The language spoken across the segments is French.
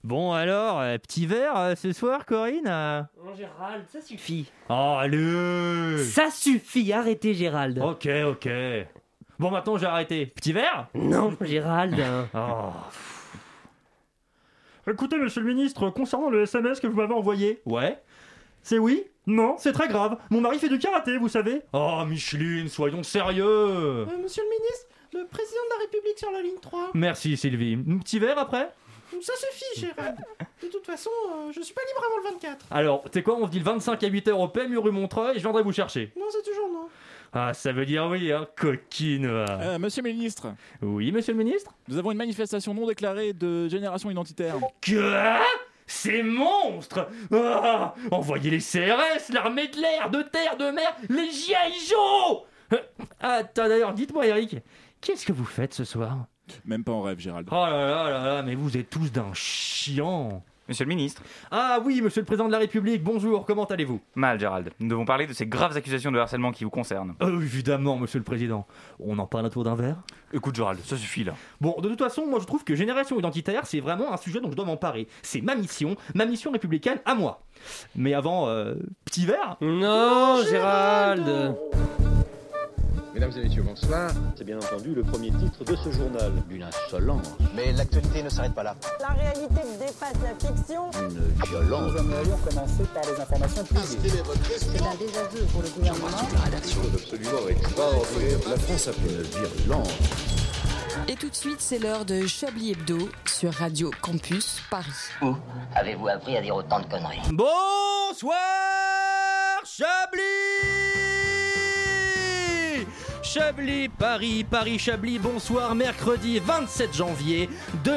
Bon alors, petit verre ce soir, Corinne Non, Gérald, ça suffit. Oh, allez. Ça suffit, arrêtez, Gérald. Ok. Bon, maintenant j'ai arrêté. Petit verre? Non, Gérald. Oh. Écoutez, monsieur le ministre, concernant le SMS que vous m'avez envoyé. Ouais. C'est oui? Non, c'est très grave. Mon mari fait du karaté, vous savez. Oh, Micheline, soyons sérieux. Monsieur le ministre, le président de la République sur la ligne 3. Merci, Sylvie. Petit verre après? Ça suffit, Gérald. De toute façon, je suis pas libre avant le 24. Alors, tu sais quoi, on se dit le 25 à 8h au PMU rue Montreuil et je viendrai vous chercher. Non, c'est toujours non. Ah, ça veut dire oui, hein, coquine. Va. Monsieur le ministre, Oui, monsieur le ministre? nous avons une manifestation non déclarée de génération identitaire. Quoi? Ces monstres! Ah, envoyez les CRS, l'armée de l'air, de terre, de mer, les G.I. Joe! Attends, d'ailleurs, dites-moi, Eric, qu'est-ce que vous faites ce soir? Même pas en rêve, Gérald. Oh là, mais vous êtes tous d'un chiant. Monsieur le ministre. Ah oui, monsieur le président de la République, bonjour, comment allez-vous? Mal, Gérald. Nous devons parler de ces graves accusations de harcèlement qui vous concernent. Évidemment, monsieur le président. On en parle autour d'un verre? Écoute, Gérald, ça suffit là. Bon, de toute façon, moi je trouve que génération identitaire, c'est vraiment un sujet dont je dois m'emparer. C'est ma mission républicaine à moi. Mais avant, petit verre? Non, Gérald. Mesdames et messieurs, bonsoir. C'est bien entendu le premier titre de ce journal. Une insolence. Mais l'actualité ne s'arrête pas là. La réalité dépasse la fiction. Une violence. Nous aimerions commencer par les informations privées. C'est un désaveu pour le gouvernement. La rédaction absolument extraordinaire. La France a fait une virulence. Et tout de suite, c'est l'heure de Chablis Hebdo sur Radio Campus Paris. Où avez-vous appris à dire autant de conneries? Bonsoir, Chablis! Chablis, Paris, Chablis, bonsoir, mercredi 27 janvier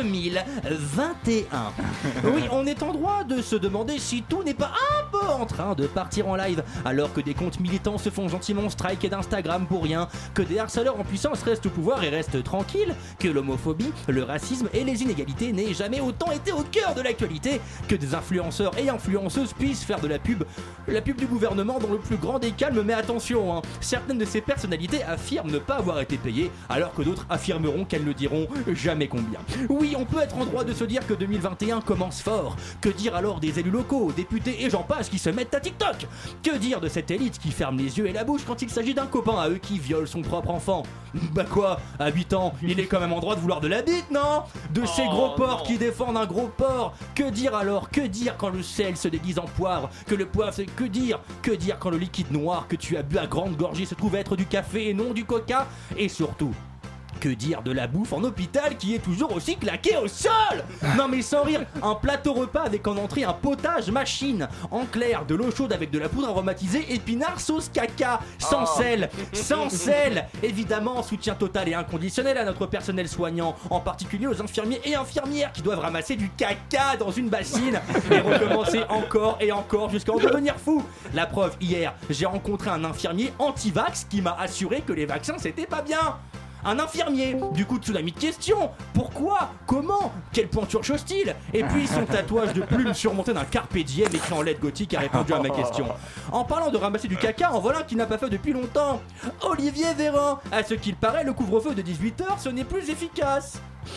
2021. Oui, on est en droit de se demander si tout n'est pas un peu en train de partir en live, alors que des comptes militants se font gentiment striker d'Instagram pour rien, que des harceleurs en puissance restent au pouvoir et restent tranquilles, que l'homophobie, le racisme et les inégalités n'aient jamais autant été au cœur de l'actualité, que des influenceurs et influenceuses puissent faire de la pub du gouvernement dans le plus grand des calmes, mais attention, hein, certaines de ces personnalités affirment ne pas avoir été payées, alors que d'autres affirmeront qu'elles ne diront jamais combien. Oui, on peut être en droit de se dire que 2021 commence fort. Que dire alors des élus locaux, députés et j'en passe qui se mettent à TikTok? Que dire de cette élite qui ferme les yeux et la bouche quand il s'agit d'un copain à eux qui viole son propre enfant? Bah quoi, à 8 ans, il est quand même en droit de vouloir de la bite, non? De ces gros porcs qui défendent un gros porc. Que dire alors? Que dire quand le sel se déguise en poivre? Que le poivre c'est... Que dire quand le liquide noir que tu as bu à grande gorgée se trouve être du café et non du coca? Et surtout, que dire de la bouffe en hôpital qui est toujours aussi claquée au sol? Non mais sans rire, un plateau repas avec en entrée un potage machine, en clair, de l'eau chaude avec de la poudre aromatisée, épinards, sauce caca, sans sel, évidemment, soutien total et inconditionnel à notre personnel soignant, en particulier aux infirmiers et infirmières qui doivent ramasser du caca dans une bassine et recommencer encore et encore jusqu'à en devenir fou. La preuve, hier, j'ai rencontré un infirmier anti-vax qui m'a assuré que les vaccins c'était pas bien. Un infirmier, du coup tsunami de questions. Pourquoi? Comment? Quelle pointure chose-t-il? Et puis son tatouage de plume surmonté d'un carpe diem écrit en lettres gothiques a répondu à ma question. En parlant de ramasser du caca, en voilà qui n'a pas fait depuis longtemps. Olivier Véran, à ce qu'il paraît, le couvre-feu de 18h, ce n'est plus efficace.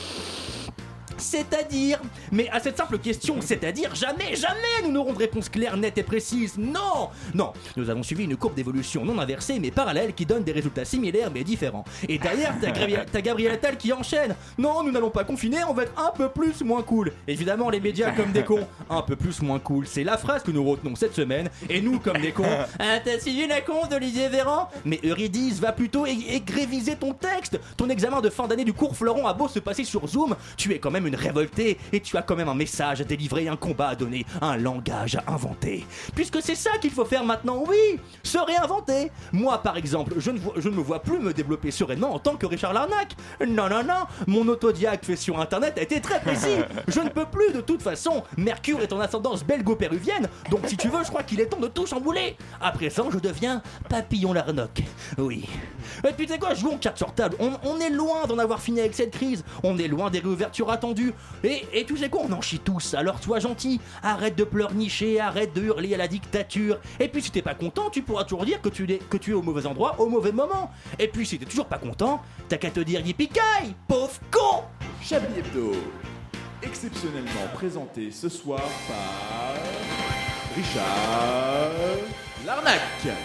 C'est-à-dire? Mais à cette simple question, c'est-à-dire jamais nous n'aurons de réponse claire, nette et précise. Non, nous avons suivi une courbe d'évolution non inversée mais parallèle qui donne des résultats similaires mais différents. Et derrière, t'as Gabriel Attal qui enchaîne. Non, nous n'allons pas confiner, on va être un peu plus moins cool. Évidemment, les médias comme des cons, un peu plus moins cool. C'est la phrase que nous retenons cette semaine. Et nous, comme des cons, t'as suivi la con d'Olivier Véran? Mais Eurydice, va plutôt gréviser ton texte. Ton examen de fin d'année du cours Florent a beau se passer sur Zoom, tu es quand même une révoltée et tu as quand même un message à délivrer, un combat à donner, un langage à inventer. Puisque c'est ça qu'il faut faire maintenant, oui, se réinventer. Moi par exemple, je ne me vois plus me développer sereinement en tant que Richard Larnac. Non, mon autodiac fait sur internet a été très précis. Je ne peux plus de toute façon. Mercure est en ascendance belgo-péruvienne, donc si tu veux, je crois qu'il est temps de tout chambouler. À présent, je deviens Papillon Larnoc. Oui. Et puis tu sais quoi, jouons carte sur table. On est loin d'en avoir fini avec cette crise. On est loin des réouvertures attendues. Et tu sais quoi, on en chie tous. Alors sois gentil, arrête de pleurnicher, arrête de hurler à la dictature. Et puis si t'es pas content, tu pourras toujours dire que tu es au mauvais endroit, au mauvais moment. Et puis si t'es toujours pas content, t'as qu'à te dire yippee-ki, pauvre con. Chablis Hebdo, exceptionnellement présenté ce soir par Richard Larnac.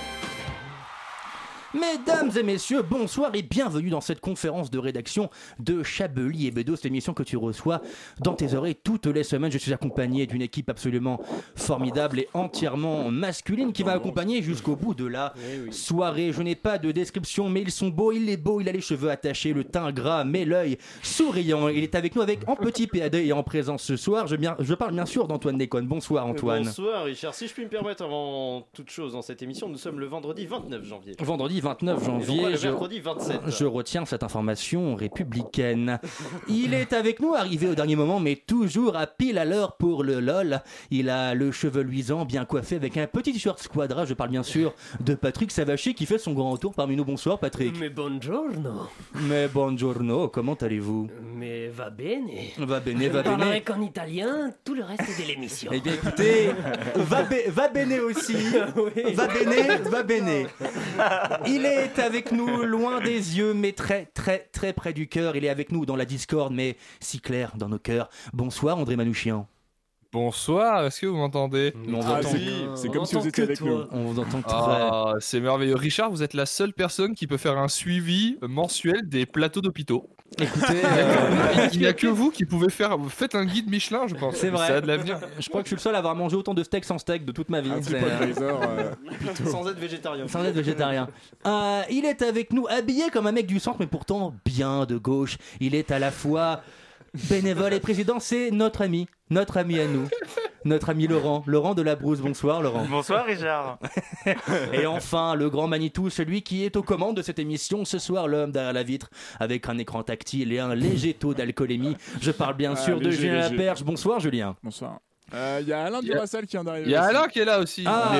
Mesdames et messieurs, bonsoir et bienvenue dans cette conférence de rédaction de Chablis Hebdo, cette émission que tu reçois dans tes oreilles toutes les semaines. Je suis accompagné d'une équipe absolument formidable et entièrement masculine qui va accompagner jusqu'au bout de la soirée. Je n'ai pas de description, mais ils sont beaux, il est beau, il a les cheveux attachés, le teint gras, mais l'œil souriant. Il est avec nous en petit PAD et en présence ce soir. Je parle bien sûr d'Antoine Déconne. Bonsoir Antoine. Bonsoir Richard, si je puis me permettre avant toute chose dans cette émission, nous sommes le vendredi 29 janvier. Vendredi 29 janvier, mercredi 27. Je retiens cette information républicaine. Il est avec nous, arrivé au dernier moment, mais toujours à pile à l'heure pour le LOL. Il a le cheveu luisant, bien coiffé, avec un petit t-shirt squadra. Je parle bien sûr de Patrick Savaché qui fait son grand retour parmi nous. Bonsoir Patrick. Mais buongiorno. Mais buongiorno, comment allez-vous? Mais va bene. Va bene, va Je parlerai bene. qu'en italien tout le reste de l'émission. Eh bien écoutez, va bene aussi. Oui. Va bene, va bene. Il est avec nous, loin des yeux, mais très très très près du cœur. Il est avec nous dans la Discord, mais si clair dans nos cœurs. Bonsoir André Manouchian. Bonsoir, est-ce que vous m'entendez? On vous entend. C'est comme si vous étiez avec nous. On vous entend très. Ah, c'est merveilleux. Richard, vous êtes la seule personne qui peut faire un suivi mensuel des plateaux d'hôpitaux. Écoutez, il n'y a que vous qui pouvez faire. Faites un guide Michelin, je pense. C'est vrai. Ça a de l'avenir. Je crois que je suis le seul à avoir mangé autant de steak sans steak de toute ma vie. Un TripAdvisor. Sans être végétarien. Sans être végétarien. Il est avec nous, habillé comme un mec du centre, mais pourtant bien de gauche. Il est à la fois bénévole et président. C'est notre ami à nous. Notre ami Laurent de la Brousse. Bonsoir Laurent. Bonsoir Richard. Et enfin, le grand Manitou, celui qui est aux commandes de cette émission ce soir, l'homme derrière la vitre, avec un écran tactile et un léger taux d'alcoolémie. Je parle bien sûr de léger, Julien léger. Laperche. Bonsoir Julien. Bonsoir. Il y a Alain Duracell qui vient d'arriver. Il y a aussi. Alain qui est là aussi. Ah,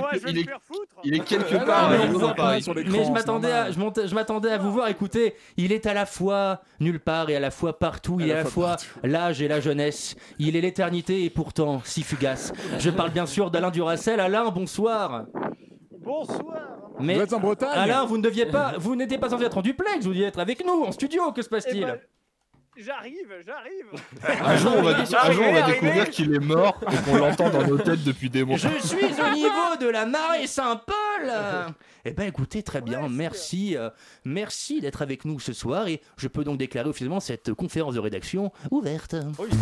il est quelque Ah, part. non, mais il on est voit pas Paris. sur l'écran, Mais je c'est m'attendais à vous voir. Écoutez, il est à la fois nulle part et à la fois partout. Il est à la fois l'âge et la jeunesse. Il est l'éternité et pourtant si fugace. Je parle bien sûr d'Alain Duracell. Alain, bonsoir. Bonsoir. Mais Vous êtes en Bretagne. Alain, vous n'étiez pas censé être en duplex. Vous deviez être avec nous en studio. Que se passe-t-il? Eh ben, J'arrive. Un jour, on va découvrir qu'il est mort et qu'on l'entend dans nos têtes depuis des mois. Je suis au niveau de la marée Saint-Paul. Eh ben écoutez, très bien, merci d'être avec nous ce soir et je peux donc déclarer officiellement cette conférence de rédaction ouverte.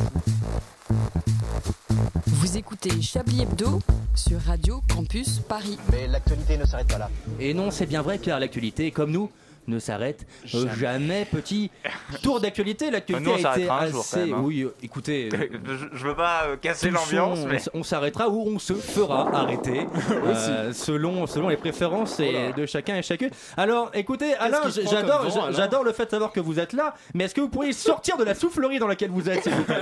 Vous écoutez Chablis Hebdo sur Radio Campus Paris. Mais l'actualité ne s'arrête pas là. Et non, c'est bien vrai car l'actualité, comme nous, ne s'arrête jamais. Petit tour d'actualité, l'actualité Nous, on a été s'arrêtera un jour, quand assez... même, hein. Oui, écoutez... Je veux pas casser l'ambiance, mais on s'arrêtera ou on se fera arrêter selon les préférences de chacun et chacune. Alors écoutez Alain, j'adore le fait de savoir que vous êtes là, mais est-ce que vous pourriez sortir de la soufflerie dans laquelle vous êtes, s'il vous plaît?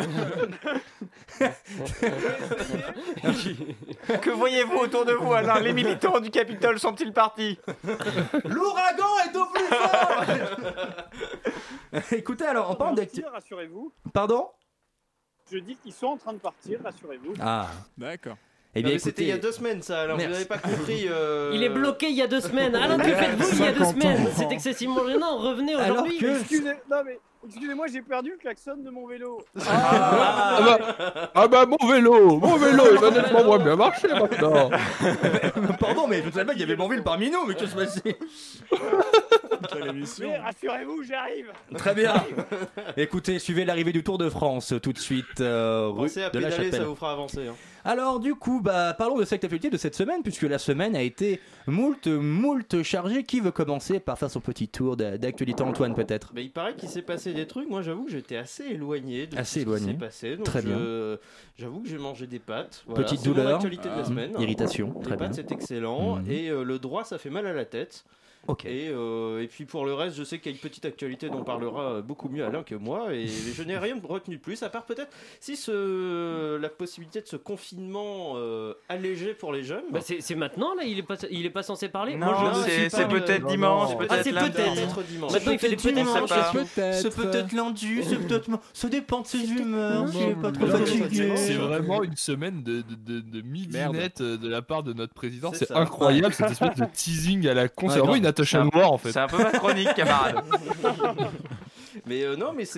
que voyez-vous autour de vous, Alain? Les militants du Capitole sont-ils partis? L'ouragan est au plus fort. Écoutez, alors en parlant d'actu... Rassurez-vous. Pardon? Je dis qu'ils sont en train de partir, rassurez-vous. Ah, D'accord. eh bien C'était il y a 2 semaines ça, alors Merci. vous n'avez pas compris. Il est bloqué il y a 2 semaines. Alors que faites-vous il y a 2 semaines? C'est excessivement gênant. Revenez Alors aujourd'hui. que... Excusez-moi, j'ai perdu le klaxon de mon vélo. Ah bah mon vélo, il va nettement moins bien marcher maintenant. Pardon, mais je ne savais pas qu'il y avait Banville parmi nous, mais que se passe-t-il? Quelle émission. Mais rassurez-vous, j'arrive. Très bien. Écoutez, suivez l'arrivée du Tour de France tout de suite rue Pensez à de la pédaler, Chapelle. ça vous fera avancer. Hein. Alors du coup, parlons de cette actualité de cette semaine, puisque la semaine a été moult chargée. Qui veut commencer par faire son petit tour d'actualité? Antoine, peut-être. Mais il paraît qu'il s'est passé des trucs. Moi, j'avoue que j'étais assez éloigné de Assez ce qui éloigné. s'est passé. Donc Très bien. J'avoue que j'ai mangé des pâtes. Voilà, Petite c'est mon douleur, actualité de la semaine. irritation, Les très pâtes, bien. c'est excellent. Mhm. Et le droit, ça fait mal à la tête. Ok. Et puis pour le reste, je sais qu'il y a une petite actualité dont parlera beaucoup mieux Alain que moi, et je n'ai rien retenu de plus, à part peut-être si la possibilité de ce confinement allégé pour les jeunes. Bah, c'est maintenant là, il est pas censé parler. Non, Moi, c'est peut-être dimanche, Ah, peut-être c'est lundi. peut-être dimanche. Maintenant il fait des petits dimanche. C'est peut-être lundi, c'est peut-être... Ça dépend de ses humeurs, s'il est pas trop fatigué. C'est vraiment une semaine de midinette de la part de notre président. C'est C'est ça. incroyable cette espèce de teasing à la con. C'est Ouais, vraiment non. une Natasha Noire en fait. C'est un peu ma chronique, camarade. Mais non, mais c'est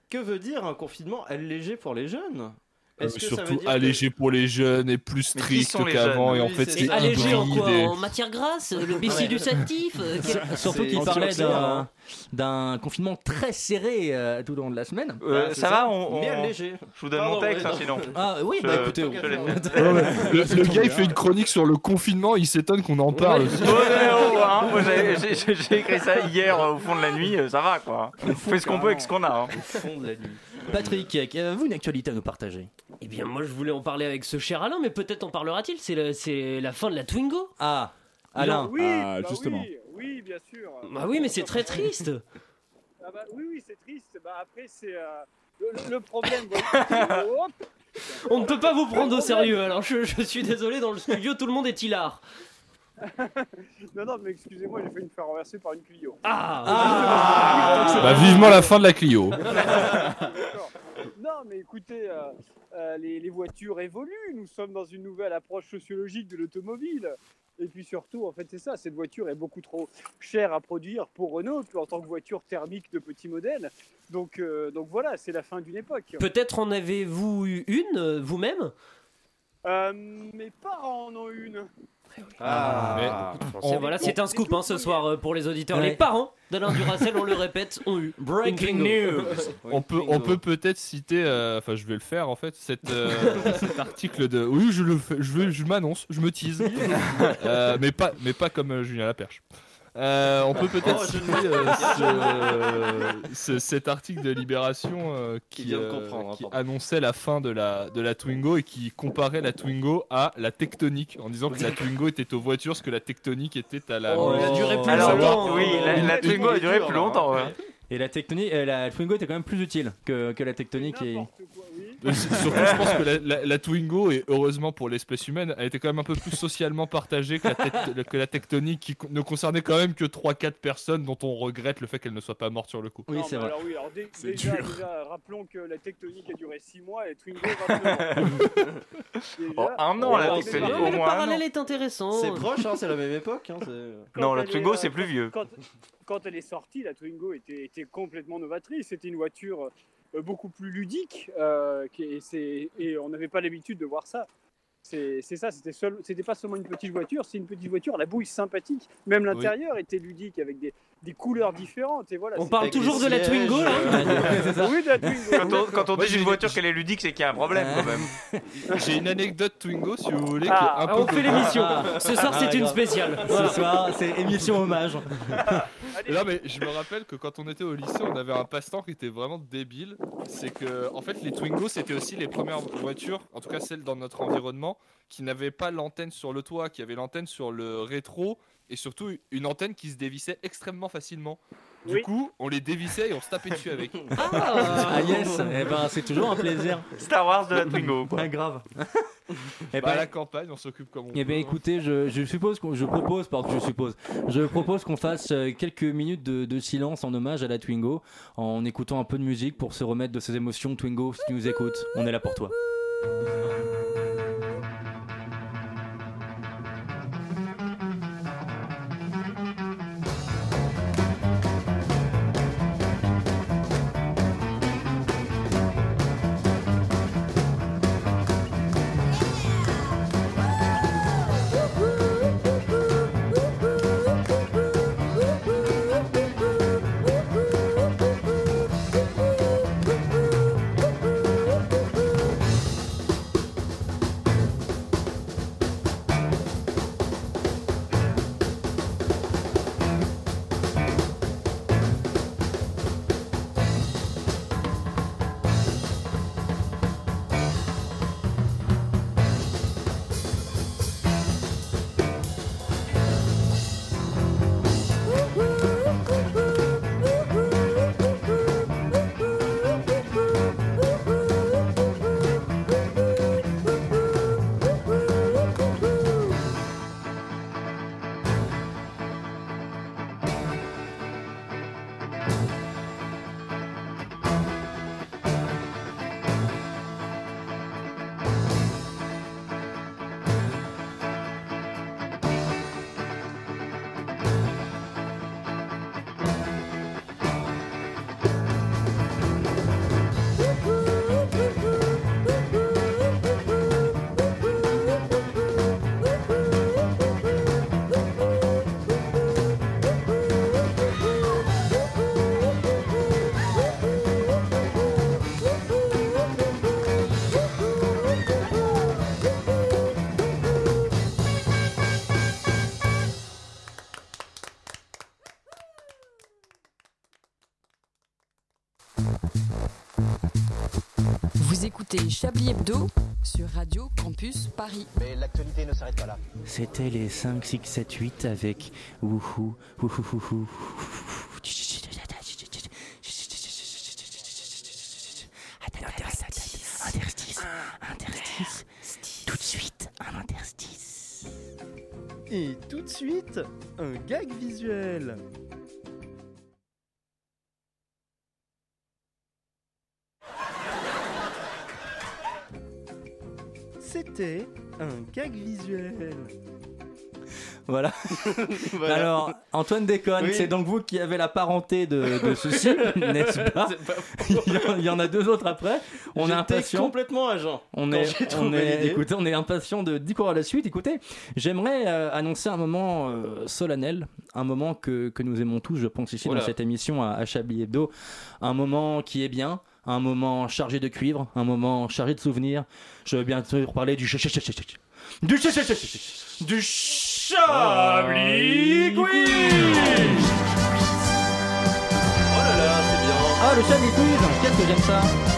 que veut dire un confinement allégé pour les jeunes ? Est-ce que ça veut surtout dire allégé pour les jeunes et plus strict qu'avant, et en fait c'est allégé en quoi ? hybride. En matière grasse, le bicidus-actif Surtout qu'il parlait d'un confinement très serré tout au long de la semaine. Ça va, Mais allégé. Je vous donne mon texte, sinon. Ah oui, Je- bah écoutez, Le gars il fait une chronique sur le confinement, il s'étonne qu'on en parle. Moi j'ai écrit ça hier au fond de la nuit, ça va quoi. On fait ce qu'on peut avec ce qu'on a. Au fond de la nuit. Patrick, avez-vous une actualité à nous partager ? Eh bien, moi, je voulais en parler avec ce cher Alain, mais peut-être en parlera-t-il. C'est la fin de la Twingo. Ah, Alain. Oui, justement. Oui, bien sûr. Bah oui, mais c'est très triste. Ah bah, oui, c'est triste. Bah, après, c'est le problème. Hop. On ne peut pas vous prendre au sérieux, alors je suis désolé, dans le studio, tout le monde est hilar. Non, mais excusez-moi, j'ai failli me faire renverser par une Clio. Bah, vivement la fin de la Clio. Non, mais écoutez, les voitures évoluent. Nous sommes dans une nouvelle approche sociologique de l'automobile. Et puis surtout, en fait, c'est ça, cette voiture est beaucoup trop chère à produire pour Renault en tant que voiture thermique de petit modèle. Donc voilà, c'est la fin d'une époque. Peut-être en avez-vous eu une, vous-même ? Mes parents en ont une. Voilà, c'est un scoop ce soir pour les auditeurs. Ouais. Les parents d'Alain Duracell, on le répète, ont eu Breaking une Twingo. news. On peut peut-être citer, enfin je vais le faire en fait, cet article de. Oui, je m'annonce, je me tease, mais pas comme Julien Laperche. On peut peut-être citer cet article de Libération qui annonçait la fin de la Twingo et qui comparait la Twingo à la Tectonic en disant que la Twingo était aux voitures ce que la Tectonic était à la. Elle a duré plus Alors, longtemps. oui, la Twingo a duré plus longtemps. Ouais. Et la Twingo était quand même plus utile que la Tectonic. Surtout, je pense que la Twingo, et heureusement pour l'espèce humaine, a été quand même un peu plus socialement partagée que la Tectonic, qui ne concernait quand même que 3-4 personnes dont on regrette le fait qu'elle ne soit pas morte sur le coup. Oui, c'est vrai. Alors déjà, rappelons que la Tectonic a duré 6 mois et Twingo 22 ans. Un an la Tectonic, au Le moins. parallèle est intéressant. C'est proche, c'est la même époque. Non, la Twingo c'est plus vieux. Quand elle est sortie, la Twingo était complètement novatrice. C'était une voiture beaucoup plus ludique et on n'avait pas l'habitude de voir ça. C'est ça, c'était pas seulement une petite voiture, c'est une petite voiture, la bouille sympathique. Même l'intérieur était ludique avec des couleurs différentes. Et voilà, on parle toujours de la Twingo là. Oui, de la Twingo. Quand on dit d'une voiture qu'elle est ludique, c'est qu'il y a un problème quand même. J'ai une anecdote Twingo si vous voulez. Qui est un peu on fait l'émission. Ce soir c'est une spéciale. Ce soir c'est émission hommage. Non mais je me rappelle que quand on était au lycée, on avait un passe-temps qui était vraiment débile. C'est que en fait les Twingo c'était aussi les premières voitures, en tout cas celles dans notre environnement, qui n'avaient pas l'antenne sur le toit, qui avaient l'antenne sur le rétro et surtout une antenne qui se dévissait extrêmement facilement. Du coup, on les dévissait et on se tapait dessus avec. Ah yes, eh ben c'est toujours un plaisir. Star Wars de la Twingo quoi. Grave. À la campagne, on s'occupe comme on peut. Eh bien écoutez, je propose qu'on fasse quelques minutes de silence en hommage à la Twingo en écoutant un peu de musique pour se remettre de ses émotions. Twingo, si tu nous écoutes, on est là pour toi. écoutez Chablis Hebdo sur Radio Campus Paris. Mais l'actualité ne s'arrête pas là. C'était les 5, 6, 7, 8 avec Wouhou. Interstice. Tout de suite, un interstice. Et tout de suite, un gag visuel. C'était un gag visuel. Voilà. Voilà. Alors, Antoine déconne, c'est donc vous qui avez la parenté de ceci, n'est-ce pas? Il y en a deux autres après. On est impatient. Complètement à jeun. Écoutez, on est impatient de découvrir la suite. Écoutez, j'aimerais annoncer un moment solennel, un moment que nous aimons tous, je pense, ici dans cette émission à Chablis Hebdo. Un moment qui est bien, un moment chargé de cuivre, un moment chargé de souvenirs. Je veux bien sûr parler du Chablis Quiz. Oh là là, c'est bien. Ah, le Chablis Quiz, qu'est-ce que j'aime ça.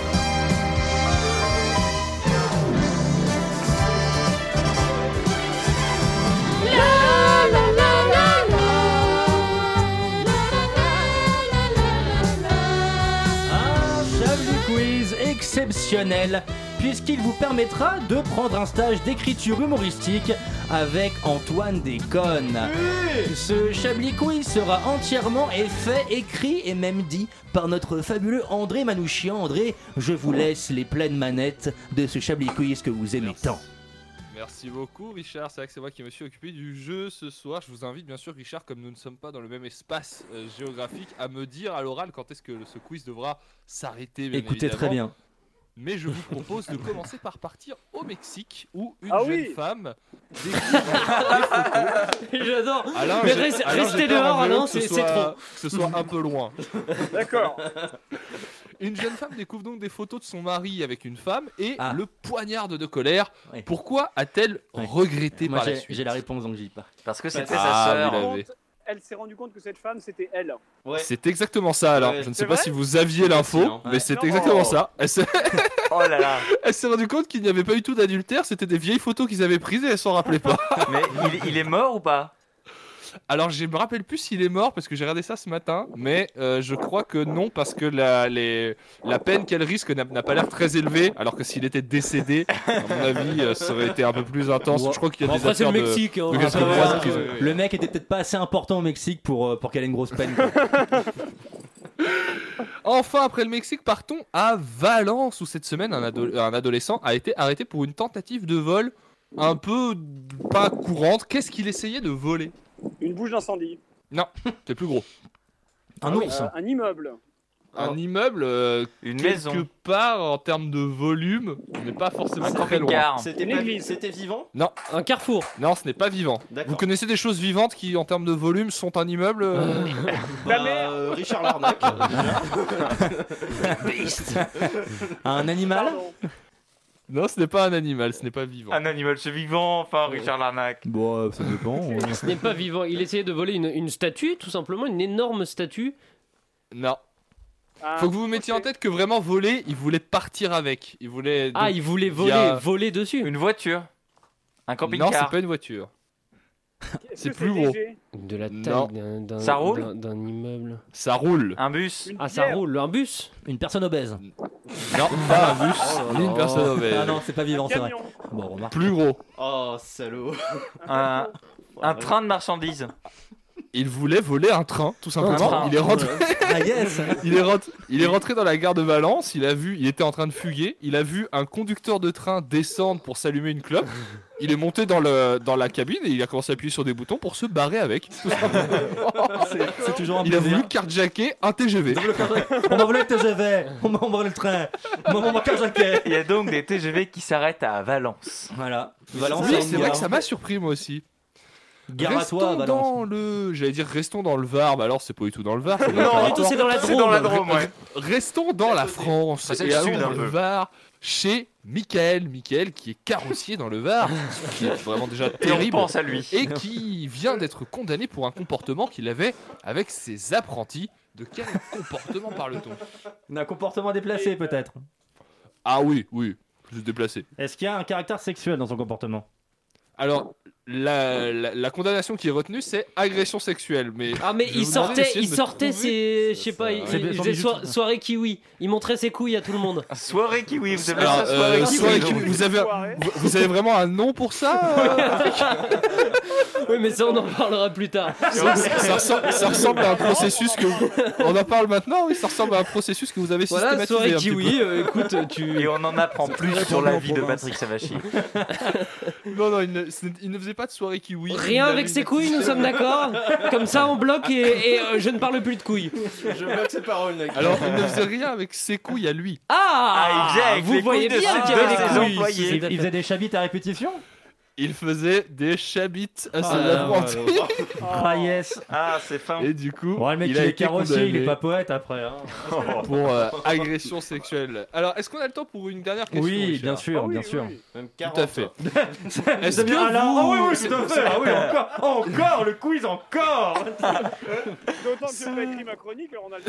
Exceptionnel, puisqu'il vous permettra de prendre un stage d'écriture humoristique avec Antoine Déconne. Ce Chablis Quiz sera entièrement fait, écrit et même dit par notre fabuleux André Manouchian. André, je vous laisse les pleines manettes de ce Chablis Quiz que vous aimez tant. Merci beaucoup Richard, c'est vrai que c'est moi qui me suis occupé du jeu ce soir. Je vous invite bien sûr Richard, comme nous ne sommes pas dans le même espace géographique, à me dire à l'oral quand est-ce que ce quiz devra s'arrêter. Écoutez très bien. Mais je vous propose de commencer par partir au Mexique où une jeune femme découvre des photos. J'adore. Alain, mais restez dehors, Alain, c'est trop. Que ce soit un peu loin. D'accord. Une jeune femme découvre donc des photos de son mari avec une femme et le poignarde de colère. Ouais. Pourquoi a-t-elle regretté par la suite? J'ai la réponse, donc j'y pas. Parce que c'était sa sœur. Elle s'est rendue compte que cette femme, c'était elle. Ouais. C'est exactement ça, alors. Je ne sais pas si vous aviez l'info, mais c'est exactement ça. Oh là là. Elle s'est rendue compte qu'il n'y avait pas eu tout d'adultère, c'était des vieilles photos qu'ils avaient prises et elle s'en rappelait pas. Mais il est mort ou pas? Alors je me rappelle plus s'il est mort parce que j'ai regardé ça ce matin, mais je crois que non parce que la peine qu'elle risque n'a pas l'air très élevée, alors que s'il était décédé, à mon avis, ça aurait été un peu plus intense. Je crois qu'il y a des affaires c'est le Mexique. Le mec était peut-être pas assez important au Mexique pour qu'elle ait une grosse peine. Enfin, après le Mexique, partons à Valence où cette semaine un adolescent a été arrêté pour une tentative de vol un peu pas courante. Qu'est-ce qu'il essayait de voler? Une bouche d'incendie. Non, c'est plus gros. Un ours. Un immeuble. Un immeuble, une quelque maison. Part en termes de volume, on n'est pas forcément très loin. C'était vivant? Non. Un carrefour? Non, ce n'est pas vivant. D'accord. Vous connaissez des choses vivantes qui, en termes de volume, sont un immeuble Richard Larnac. Un animal? Non, ce n'est pas un animal, ce n'est pas vivant. Un animal, c'est vivant, enfin, Richard Larnac. Bon, ça dépend. Ce n'est pas vivant. Il essayait de voler une statue, tout simplement, une énorme statue. Non. Faut que vous vous mettiez en tête que vraiment voler, il voulait partir avec. Il voulait. Donc, il voulait voler dessus. Une voiture. Un camping-car. Non, c'est pas une voiture. C'est plus gros. De la taille ça roule d'un immeuble. Ça roule. Un bus. Ça roule. Un bus. Une personne obèse. Non, pas un bus, ni une personne obèse. Ah non, c'est pas vivant, c'est vrai. Bon, remarque. Plus gros. Oh, salaud. Un train de marchandises. Il voulait voler un train, tout simplement. Il est rentré. Ah yes. Il est rentré dans la gare de Valence. Il était en train de fuguer. Il a vu un conducteur de train descendre pour s'allumer une clope. Il est monté dans la cabine et il a commencé à appuyer sur des boutons pour se barrer avec. C'est toujours un plaisir. Il a voulu carjacker un TGV. On m'a volé le TGV. On m'a volé le train. On m'a carjacké. Il y a donc des TGV qui s'arrêtent à Valence. Voilà. Valence. Oui, c'est vrai que ça m'a surpris moi aussi. Restons dans restons dans le Var, alors c'est pas du tout dans le Var. Non, c'est dans la Drôme. C'est dans la Drôme, ouais. Restons dans la France. C'est et le allons sud, dans le Var chez Mickaël qui est carrossier dans le Var, qui est vraiment déjà terrible. Et on pense à lui. Et qui vient d'être condamné pour un comportement qu'il avait avec ses apprentis. De quel comportement parle-t-on? Un comportement déplacé peut-être. Ah oui, plus déplacé. Est-ce qu'il y a un caractère sexuel dans son comportement? Alors, la condamnation qui est retenue, c'est agression sexuelle. Mais il sortait, je sais pas, il faisait soirée kiwi. Il montrait ses couilles à tout le monde. Soirée kiwi, vous avez ça, soirée kiwi. Vous avez vraiment un nom pour ça Oui, mais ça, on en parlera plus tard. Ça ressemble à un processus que on en parle maintenant. Oui, ça ressemble à un processus que vous avez systématisé. Soirée kiwi. Écoute, Et on en apprend plus sur la vie de Patrick Savachi. Non, il ne faisait pas de soirée kiwi. Rien avec ses couilles, nous sommes d'accord. Comme ça, on bloque et je ne parle plus de couilles. Je bloque ses paroles. Alors, il ne faisait rien avec ses couilles à lui. Vous voyez bien qu'il y avait des couilles. Il faisait des chabites à répétition? Il faisait des chabites à son apprenti. Ah yes. Ah, c'est fin. Et du coup, le mec il a est été carrossier, condamné il est pas poète après. Hein. Pour agression sexuelle. Alors, est-ce qu'on a le temps pour une dernière question? Oui, Richard? bien sûr, bien sûr. Même Tout à fait. Est-ce que oui, tout à fait. Ah oui, encore le quiz, encore. D'autant que je vais écrire ma chronique, alors on a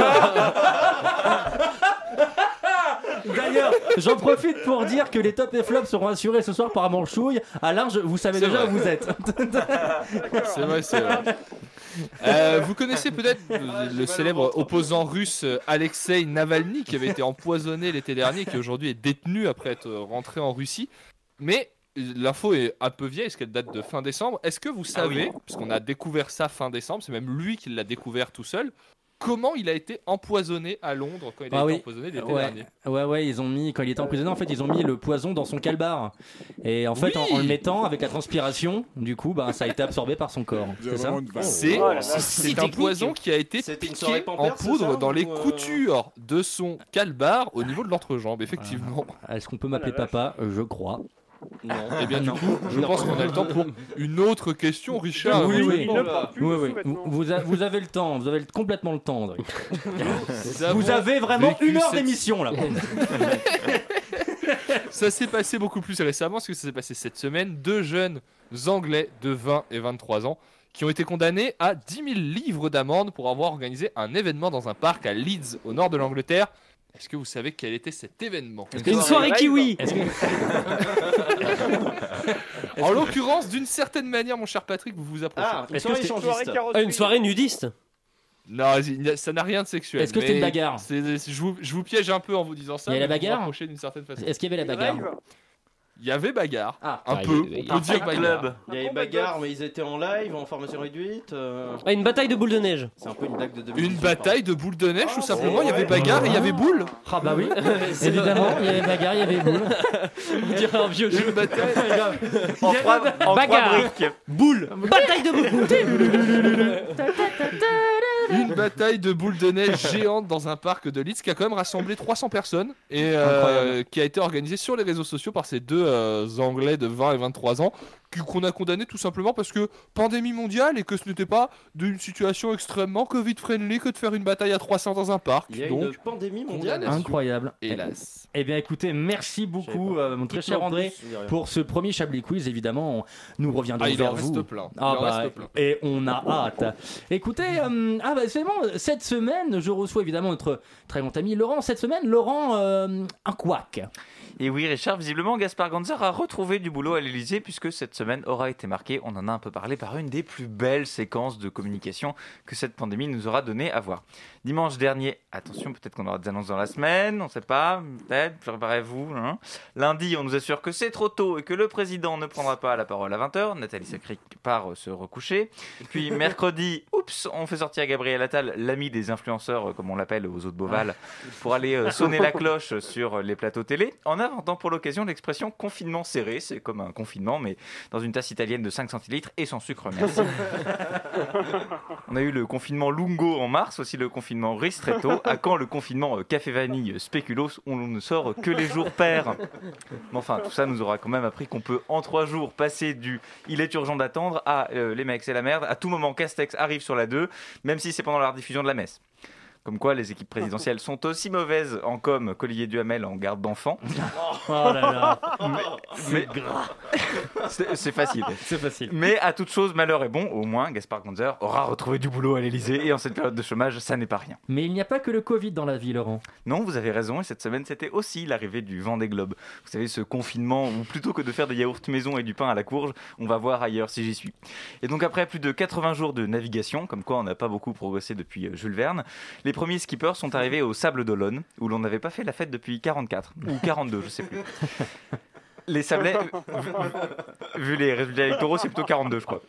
le temps. D'ailleurs, j'en profite pour dire que les tops et flops seront assurés ce soir par Manchouille. Alain, vous savez déjà où vous êtes. C'est vrai. Vous connaissez peut-être le célèbre opposant russe Alexei Navalny qui avait été empoisonné l'été dernier et qui aujourd'hui est détenu après être rentré en Russie. Mais l'info est un peu vieille, parce qu'elle date de fin décembre. Est-ce que vous savez, puisqu'on a découvert ça fin décembre, c'est même lui qui l'a découvert tout seul, comment il a été empoisonné à Londres quand il a été empoisonné l'été dernier? Ouais, ils ont mis, quand il était emprisonné, en fait, ils ont mis le poison dans son calbar. Et en fait, en le mettant avec la transpiration, du coup, ça a été absorbé par son corps. C'est ça? C'est un poison qui a été piqué en poudre dans les coutures de son calbar au niveau de l'entrejambe, effectivement. Est-ce qu'on peut m'appeler papa? Je crois. Non. Et bien du coup, je pense qu'on a le temps pour une autre question, Richard. Oui. Vous avez le temps, vous avez complètement le temps, André. Vous avez vraiment une heure d'émission là. Ça s'est passé beaucoup plus récemment, parce que ça s'est passé cette semaine. 2 jeunes Anglais de 20 et 23 ans qui ont été condamnés à 10 000 livres d'amende pour avoir organisé un événement dans un parc à Leeds, au nord de l'Angleterre. Est-ce que vous savez quel était cet événement? Une soirée kiwi. En l'occurrence, d'une certaine manière, mon cher Patrick, vous vous approchez. Une soirée nudiste? Non, ça n'a rien de sexuel. Est-ce que c'était une bagarre? Je vous piège un peu en vous disant ça. Il y a la bagarre? D'une certaine façon. Est-ce qu'il y avait la bagarre? Il y avait bagarre, un peu, on peut dire bagarre. Il y avait bagarre, mais ils étaient en live, en formation réduite. Une bataille de boules de neige. C'est un peu une blague de 2018. Une bataille de boules de neige, tout simplement. Il y avait bagarre et il y avait boule. Ah bah oui, évidemment, il y avait bagarre, il y avait boule. On dirait un vieux jeu. Une bataille. En trois briques. Boule. Bataille de boules. Une bataille de boules de neige géante dans un parc de Leeds qui a quand même rassemblé 300 personnes et qui a été organisée sur les réseaux sociaux par ces 2 Anglais de 20 et 23 ans qu'on a condamné tout simplement parce que pandémie mondiale et que ce n'était pas d'une situation extrêmement Covid-friendly que de faire une bataille à 300 dans un parc. Il y a donc, une pandémie mondiale. Incroyable. Hélas. Eh bien écoutez, merci beaucoup mon très cher André pour ce premier Chablis Quiz. Évidemment, nous reviendrons vers vous. Reste plein. Et on a hâte. Écoutez, c'est bon, cette semaine, je reçois évidemment notre très bon ami Laurent. Cette semaine, Laurent, un couac. Et oui, Richard, visiblement, Gaspard Ganzer a retrouvé du boulot à l'Élysée puisque cette semaine aura été marquée, on en a un peu parlé, par une des plus belles séquences de communication que cette pandémie nous aura donné à voir. Dimanche dernier, attention, peut-être qu'on aura des annonces dans la semaine, on ne sait pas, peut-être, préparez-vous. Hein. Lundi, on nous assure que c'est trop tôt et que le président ne prendra pas la parole à 20h. Nathalie Sacré part se recoucher. Puis mercredi, on fait sortir Gabriel Attal, l'ami des influenceurs, comme on l'appelle aux eaux de Beauval, pour aller sonner la cloche sur les plateaux télé, en inventant pour l'occasion l'expression confinement serré. C'est comme un confinement, mais dans une tasse italienne de 5 centilitres et sans sucre, merci. On a eu le confinement Lungo en mars, aussi le confinement Ristretto. À quand le confinement Café Vanille Spéculoos, où l'on ne sort que les jours pairs. Mais enfin, tout ça nous aura quand même appris qu'on peut en 3 jours passer du il est urgent d'attendre à les mecs c'est la merde. À tout moment, Castex arrive sur la 2, même si c'est pendant la rediffusion de la messe. Comme quoi, les équipes présidentielles sont aussi mauvaises en com qu'Olivier Duhamel en garde d'enfants. Oh là là. Mais C'est facile. C'est facile. Mais à toute chose, malheur est bon. Au moins, Gaspard Ganzer aura retrouvé du boulot à l'Elysée. Et en cette période de chômage, ça n'est pas rien. Mais il n'y a pas que le Covid dans la vie, Laurent. Non, vous avez raison. Et cette semaine, c'était aussi l'arrivée du Vendée Globe. Vous savez, ce confinement où plutôt que de faire des yaourts maison et du pain à la courge, on va voir ailleurs si j'y suis. Et donc après plus de 80 jours de navigation, comme quoi on n'a pas beaucoup progressé depuis Jules Verne, les premiers skippers sont arrivés au Sable d'Olonne, où l'on n'avait pas fait la fête depuis 44 ou 42, je sais plus. Les Sablais, vu les résultats électoraux, c'est plutôt 42, je crois.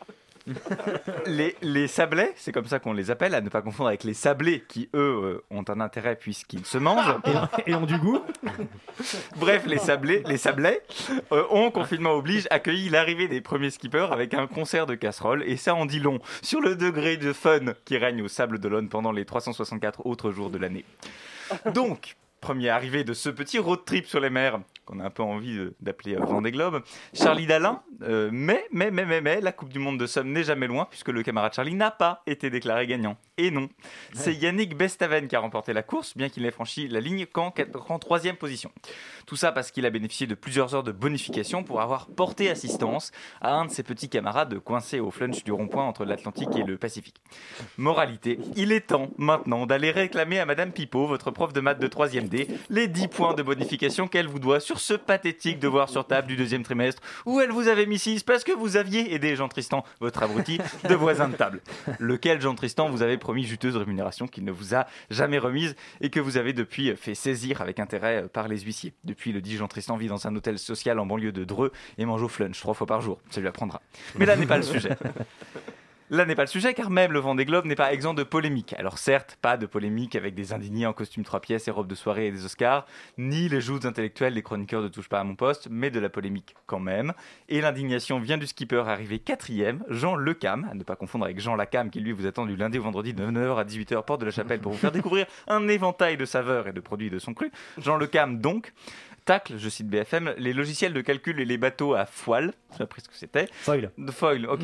Les Sablais, c'est comme ça qu'on les appelle, à ne pas confondre avec les Sablés qui, eux, ont un intérêt puisqu'ils se mangent. Et ont du goût. Bref, les Sablais ont, confinement oblige, accueilli l'arrivée des premiers skippers avec un concert de casseroles. Et ça en dit long sur le degré de fun qui règne au Sable d'Olonne pendant les 364 autres jours de l'année. Donc, première arrivée de ce petit road trip sur les mers qu'on a un peu envie d'appeler Vendée Globe. Charlie Dalin, mais, la Coupe du Monde de Somme n'est jamais loin puisque le camarade Charlie n'a pas été déclaré gagnant. Et non, c'est Yannick Bestaven qui a remporté la course, bien qu'il n'ait franchi la ligne qu'en 3e position. Tout ça parce qu'il a bénéficié de plusieurs heures de bonification pour avoir porté assistance à un de ses petits camarades coincés au flunch du rond-point entre l'Atlantique et le Pacifique. Moralité, il est temps maintenant d'aller réclamer à Madame Pipeau, votre prof de maths de 3e D, les 10 points de bonification qu'elle vous doit sur ce pathétique devoir sur table du 2e trimestre où elle vous avait mis 6 parce que vous aviez aidé Jean Tristan, votre abruti, de voisin de table. Lequel Jean Tristan vous avait promis juteuse rémunération qu'il ne vous a jamais remise et que vous avez depuis fait saisir avec intérêt par les huissiers. Depuis, le dit Jean Tristan vit dans un hôtel social en banlieue de Dreux et mange au flunch 3 fois par jour. Ça lui apprendra. Mais là n'est pas le sujet. Là n'est pas le sujet car même le Vendée Globe n'est pas exempt de polémique. Alors certes, pas de polémique avec des indignés en costume 3 pièces et robes de soirée et des Oscars, ni les joutes intellectuelles des chroniqueurs de Touche pas à mon poste, mais de la polémique quand même. Et l'indignation vient du skipper arrivé 4e, Jean Lecam, à ne pas confondre avec Jean Lacam qui lui vous attend du lundi au vendredi de 9h à 18h porte de la Chapelle pour vous faire découvrir un éventail de saveurs et de produits de son cru. Jean Lecam donc tacle, je cite BFM, les logiciels de calcul et les bateaux à foile. J'ai appris ce que c'était. Foil. De foil, ok.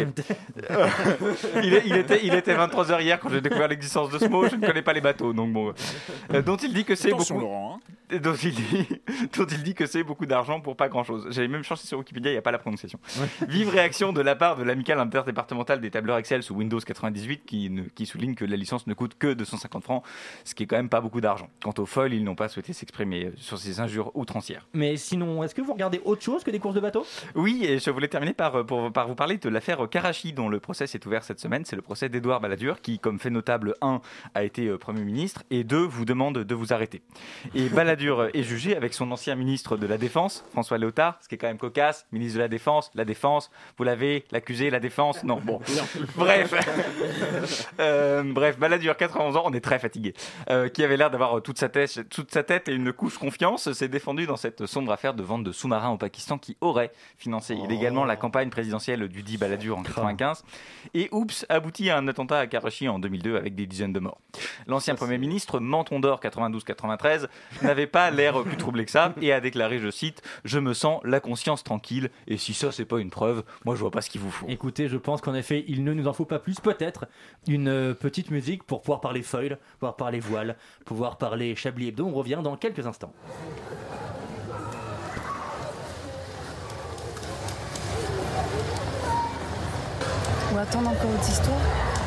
Il était 23h hier quand j'ai découvert l'existence de ce mot. Je ne connais pas les bateaux, donc bon. Dont il dit que c'est beaucoup. Laurent, hein. Dont il dit que c'est beaucoup d'argent pour pas grand-chose. J'avais même cherché sur Wikipédia, il n'y a pas la prononciation. Vive réaction de la part de l'amicale interdépartementale des tableurs Excel sous Windows 98 qui souligne que la licence ne coûte que 250 francs, ce qui est quand même pas beaucoup d'argent. Quant aux foils, ils n'ont pas souhaité s'exprimer sur ces injures outrancières. Mais sinon, est-ce que vous regardez autre chose que des courses de bateau ? Oui, et je voulais terminer par vous parler de l'affaire Karachi, dont le procès s'est ouvert cette semaine. C'est le procès d'Édouard Balladur, qui, comme fait notable, 1, a été Premier ministre, et 2, vous demande de vous arrêter. Et Balladur est jugé avec son ancien ministre de la Défense, François Léotard, ce qui est quand même cocasse, ministre de la Défense, vous l'avez, l'accusé, la Défense, non, bon. Bref, Balladur, 91 ans, on est très fatigué, qui avait l'air d'avoir toute sa tête et une couche confiance, s'est défendu dans cette sombre affaire de vente de sous-marins au Pakistan qui aurait financé illégalement la campagne présidentielle du dit Balladur en 95 et aboutit à un attentat à Karachi en 2002 avec des dizaines de morts. L'ancien Premier ministre, Menton d'Or 92-93, n'avait pas l'air plus troublé que ça et a déclaré, je cite, « Je me sens la conscience tranquille et si ça c'est pas une preuve, moi je vois pas ce qu'il vous faut. » Écoutez, je pense qu'en effet, il ne nous en faut pas plus, peut-être une petite musique pour pouvoir parler foil, pouvoir parler voile, pouvoir parler Chablis Hebdo. On revient dans quelques instants. On va attendre encore une histoire.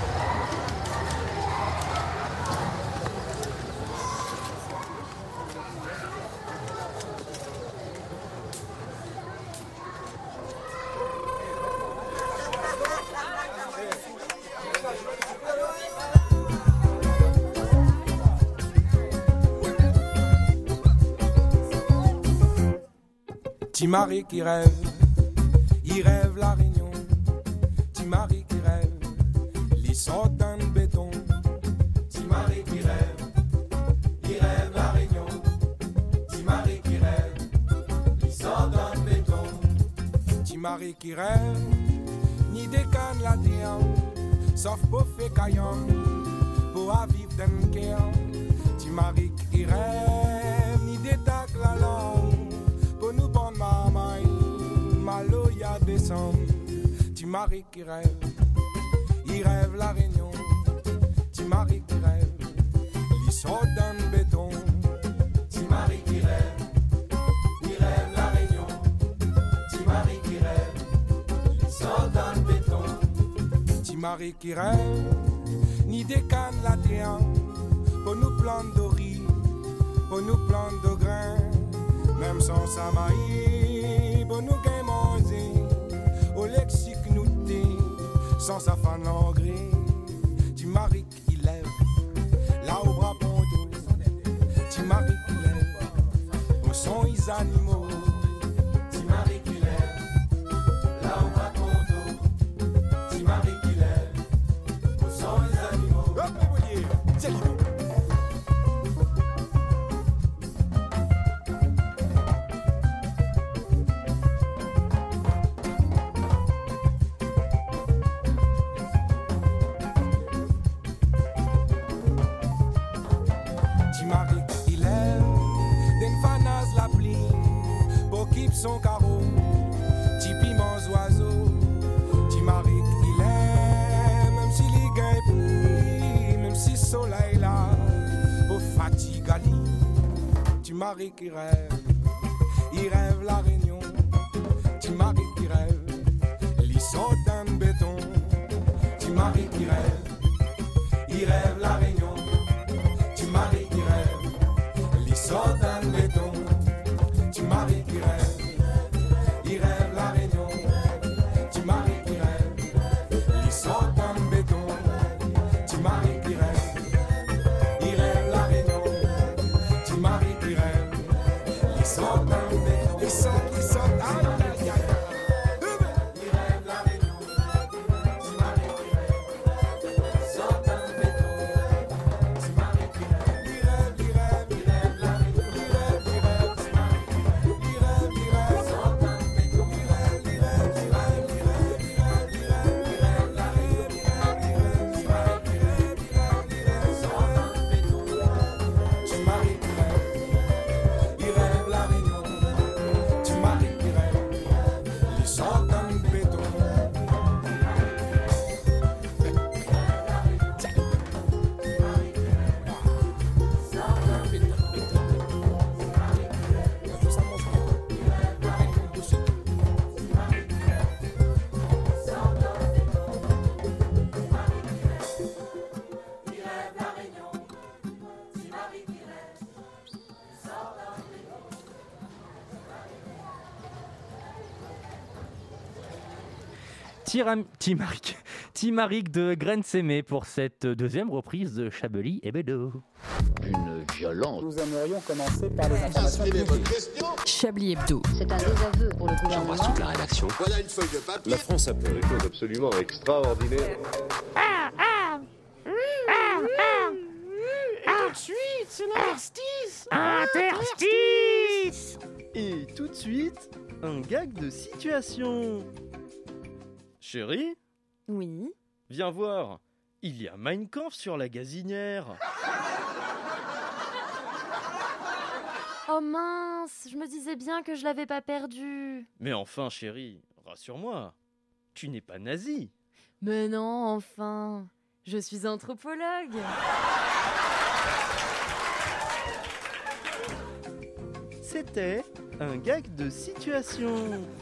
Timari qui rêve, il rêve la Réunion. Timari qui rêve, il sort dans le béton. Timari qui rêve, il rêve la Réunion. Timari qui rêve, il sort dans le béton. Timari qui rêve, ni des cannes la terre, sauf pour faire caillant, pour vivre dans le cœur. Timari qui rêve, ni des tacs la langue, pour nous prendre ma main, malo y'a décembre. Timari qui rêve, il rêve la Réunion. Timari qui rêve, il sort dans le béton. Timari qui rêve, il rêve la Réunion. Timari qui rêve, Timari qui rêve, ni des cannes la terre, pour nous planter de riz, pour nous planter de grains, même sans samaï, pour nous gagner manger, au lexique nous t'es, sans sa fan engrais, Timari qui lève, là au bras ponto, Timari qui lève, au son les animaux, Timari qui lève, là au bras ponto, Timari qui lève, au son les animaux, c'est l'idée. Son carreau, ti piment oiseau, ti marique il est, même si les gars pris, même si soleil là, au fatigue ali, ti marique il rêve la réunion, ti marique il rêve, les sauts en béton, ti marique il rêve la réunion, ti marique il rêve, les sauts en béton, ti marique il rêve. Il rêve la réunion, Timari qui rêve, il sort en béton, Timari qui rêve, il rêve la réunion, Timari qui rêve, il sort en béton, il sort, aïe aïe aïe, il rêve la réunion, Timari qui rêve, il sort en béton, Timari qui rêve, il rêve la réunion, il rêve, Timari qui rêve, il rêve, Timaric de Graine-Sémé pour cette deuxième reprise de Chablis et Bédo. Une violence. Nous aimerions commencer par les informations publiques. Chablis Hebdo. C'est un désaveu pour le gouvernement. J'embrasse toute la rédaction. Voilà une feuille de papier. La France a fait des choses absolument extraordinaires. Et tout de suite, c'est l'interstice. Interstice. Et tout de suite, un gag de situation. Chérie ? Oui. Viens voir, il y a Mein Kampf sur la gazinière. Oh mince, je me disais bien que je l'avais pas perdu. Mais enfin chérie, rassure-moi, tu n'es pas nazi. Mais non, enfin, je suis anthropologue. C'était un gag de situation.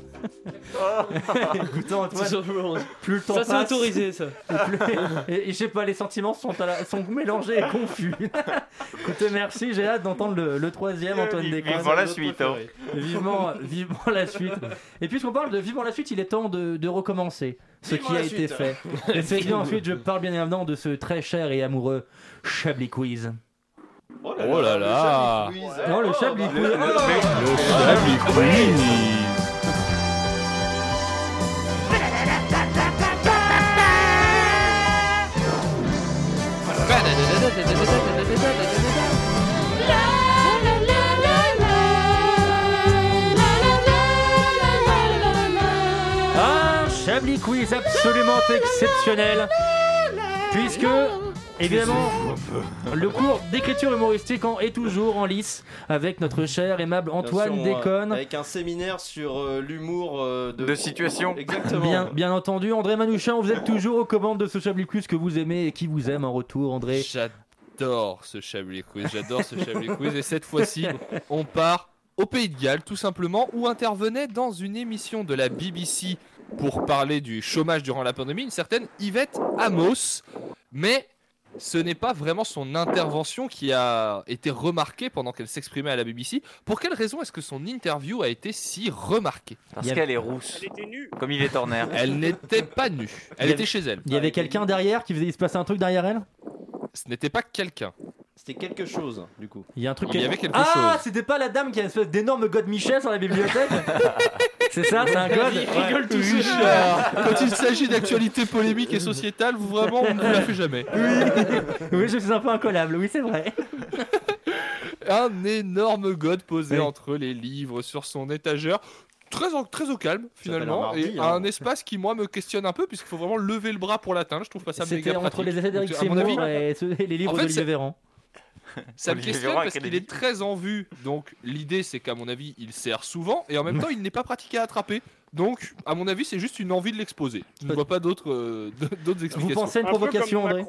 Écoute Antoine, plus le temps passe, c'est autorisé ça. Et je sais pas, les sentiments sont mélangés et confus. Écoutez, merci, j'ai hâte d'entendre le troisième, Antoine Déconne. Vivement la suite. Hein. Vivement la suite. Et puisqu'on parle de vivement la suite, il est temps de recommencer ce qui a été fait. Et c'est bien ensuite, je parle bien évidemment de ce très cher et amoureux Chablis Quiz. Oh là là. Non, le Chablis Quiz. Le Chablis Quiz. Un Chablis Quiz absolument exceptionnel, puisque évidemment le cours d'écriture humoristique est toujours en lice avec notre cher aimable Antoine Déconne, avec un séminaire sur l'humour de situation. Exactement. Bien entendu, André Manouchian, vous êtes toujours aux commandes de ce Chablis Quiz que vous aimez et qui vous aime en retour, André. J'adore ce Chablis Quiz, et cette fois-ci on part au Pays de Galles tout simplement, où intervenait dans une émission de la BBC pour parler du chômage durant la pandémie une certaine Yvette Amos, mais ce n'est pas vraiment son intervention qui a été remarquée pendant qu'elle s'exprimait à la BBC. Pour quelle raison est-ce que son interview a été si remarquée? Parce qu'elle est rousse. Elle était nue. Comme Yvette Horner. Elle n'était pas nue. Elle était chez elle. Il y avait quelqu'un derrière il se passait un truc derrière elle? Ce n'était pas quelqu'un. C'était quelque chose, du coup. Il y a un truc. Il y avait quelque chose. chose. C'était pas la dame qui a une espèce d'énorme God Michel sur la bibliothèque? C'est ça, c'est un God. Rigole tout seul. Richard, quand il s'agit d'actualité polémique et sociétale, on ne vous la fait jamais. Oui, je suis un peu incollable, oui, c'est vrai. Un énorme God posé entre les livres sur son étagère. Très au calme finalement, mardi, et un espace qui moi me questionne un peu puisqu'il faut vraiment lever le bras pour l'atteindre. Je trouve pas ça méga C'était pratique. entre les essais d'Éric Donc, à mon Seymour avis, et les livres en fait, d'Olivier Véran. Ça me Olivier questionne Véran parce avec qu'il est très en vue. Donc l'idée c'est qu'à mon avis il sert souvent et en même temps il n'est pas pratiqué à attraper. Donc à mon avis c'est juste une envie de l'exposer. Je ne vois pas d'autres explications. Vous pensez à une provocation, André?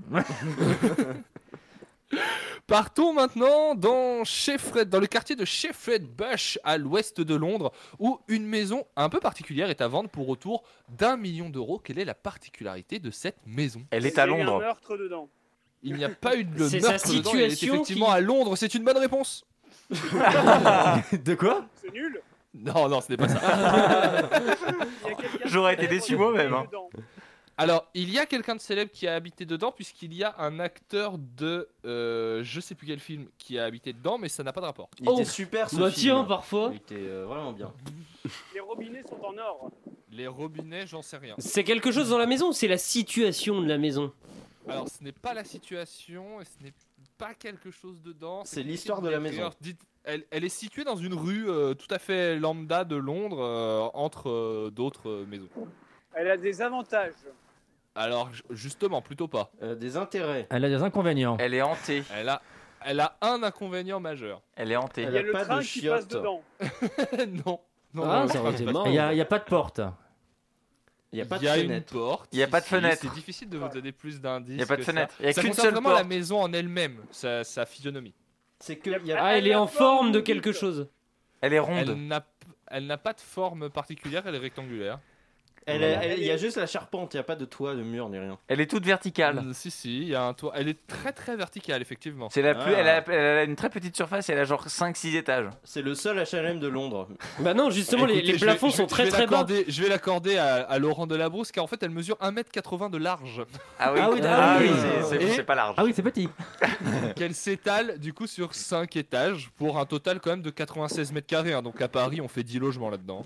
Partons maintenant dans le quartier de Shepherd Bush à l'ouest de Londres, où une maison un peu particulière est à vendre pour autour d'1 million d'euros. Quelle est la particularité de cette maison? Elle est à Il y a Londres. un meurtre dedans. Il n'y a pas eu de C'est sa meurtre dedans, elle est situation effectivement qui- à Londres, c'est une bonne réponse. De quoi? C'est nul. Non, ce n'est pas ça. Il y a quelqu'un J'aurais qui été a déçu moi-même, hein. dedans. Alors, il y a quelqu'un de célèbre qui a habité dedans, puisqu'il y a un acteur de je sais plus quel film qui a habité dedans, mais ça n'a pas de rapport. Il était super ce Bah film. tiens, parfois. Il était vraiment bien. Les robinets sont en or. Les robinets, j'en sais rien. C'est quelque chose dans la maison ou c'est la situation de la maison? Alors, ce n'est pas la situation et ce n'est pas quelque chose dedans. C'est l'histoire de la maison. Alors, elle est située dans une rue tout à fait lambda de Londres, entre d'autres maisons. Elle a des avantages. Alors, justement, plutôt pas. Des intérêts. Elle a des inconvénients. Elle est hantée. Elle a un inconvénient majeur. Elle est hantée. Il y a le train qui passe dedans. Non. Ah, ça aurait été marrant. Il y a pas de porte. Il n'y a pas de une fenêtre. porte. Il y a pas de ici. fenêtre. C'est difficile de vous donner plus d'indices. Il y a pas de que ça. fenêtre. Il y a Ça qu'une concerne seule vraiment porte. la maison en elle-même, sa physionomie. C'est que il y Ah, elle est en forme de quelque chose. Elle est ronde. Elle n'a pas de forme particulière, elle est rectangulaire. il y a juste la charpente, il n'y a pas de toit, de mur, ni rien. Elle est toute verticale. Si, il y a un toit. Elle est très très verticale, effectivement. C'est la plus. Elle a une très petite surface et elle a genre 5-6 étages. C'est le seul H&M de Londres. Bah non, justement, Écoutez, les plafonds sont très très bas. Je vais l'accorder à Laurent Delabrousse, car en fait elle mesure 1m80 de large. Ah oui, c'est pas large. Ah oui, c'est petit. Qu'elle s'étale du coup sur 5 étages pour un total quand même de 96 mètres carrés. Hein. Donc à Paris, on fait 10 logements là-dedans.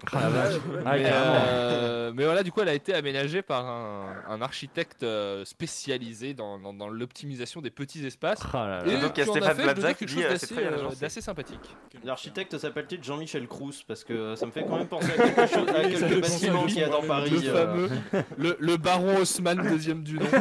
Mais voilà, du coup, elle a été aménagée par un architecte spécialisé dans l'optimisation des petits espaces. Et donc, il y a qui en Stéphane fait, je dois Plaza dire, qui quelque dit, chose c'est très bien agencé. d'assez sympathique. L'architecte s'appelle-t-il Jean-Michel Crous? Parce que ça me fait quand même penser à quelque chose, à quelques bâtiments qu'il y a dans Paris. Le fameux, le baron Haussmann, deuxième du nom.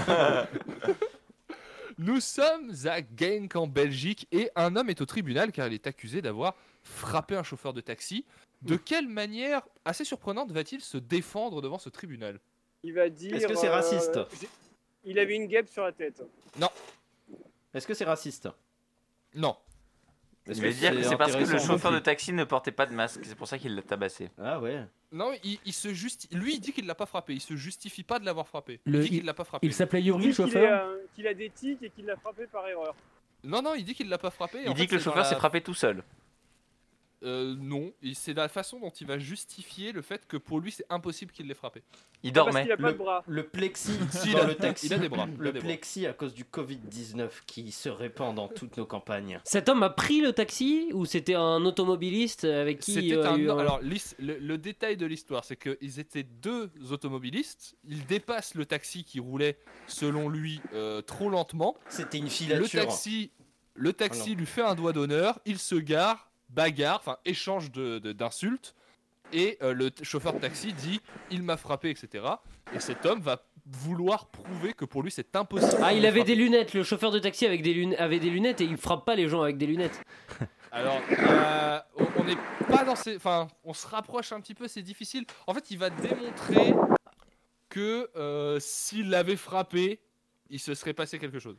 Nous sommes à Genk en Belgique et un homme est au tribunal car il est accusé d'avoir frappé un chauffeur de taxi. De quelle manière assez surprenante va-t-il se défendre devant ce tribunal? Il va dire. Est-ce que c'est raciste? Il avait une guêpe sur la tête. Non. Est-ce que c'est raciste? Non. Il va dire que c'est parce que le chauffeur de taxi ne portait pas de masque, c'est pour ça qu'il l'a tabassé. Ah ouais. Non, il se justifie. Lui, il dit qu'il l'a pas frappé. Il se justifie pas de l'avoir frappé. Il dit qu'il l'a pas frappé. Il s'appelait Yuri, Il le dit chauffeur. qu'il a des tics et qu'il l'a frappé par erreur. Non, il dit qu'il l'a pas frappé. Il dit que le chauffeur s'est frappé tout seul. Non, c'est la façon dont il va justifier le fait que pour lui c'est impossible qu'il l'ait frappé. Il dormait. Parce qu'il a pas de bras. Le plexi Si, dans le taxi. il a des bras. Le plexi à cause du Covid-19 qui se répand dans toutes nos campagnes. Cet homme a pris le taxi ou c'était un automobiliste avec qui C'était a eu un... Alors, le détail de l'histoire, c'est qu'ils étaient deux automobilistes. Ils dépassent le taxi qui roulait, selon lui, trop lentement. C'était une filature. Le taxi lui fait un doigt d'honneur. Il se gare, bagarre, enfin échange d'insultes. Et le chauffeur de taxi dit « il m'a frappé », etc. Et cet homme va vouloir prouver que pour lui c'est impossible. Ah, il avait des lunettes. Le chauffeur de taxi avait des lunettes et il frappe pas les gens avec des lunettes. Alors, on n'est pas dans ces... Enfin, on se rapproche un petit peu, c'est difficile. En fait, il va démontrer que s'il l'avait frappé, il se serait passé quelque chose.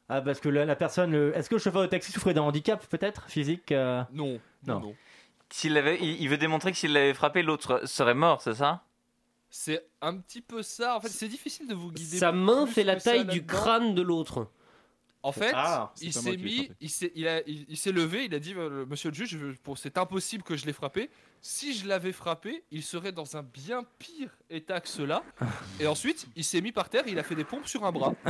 Ah, parce que la personne... Est-ce que le chauffeur de taxi souffrait d'un handicap, peut-être, physique Non. Il veut démontrer que s'il l'avait frappé, l'autre serait mort, c'est ça ? C'est un petit peu ça. En fait, c'est difficile de vous guider. Sa main fait la taille du crâne de l'autre. En fait, il s'est levé, il a dit monsieur le juge, c'est impossible que je l'ai frappé. Si je l'avais frappé, il serait dans un bien pire état que cela. Et ensuite, il s'est mis par terre, il a fait des pompes sur un bras.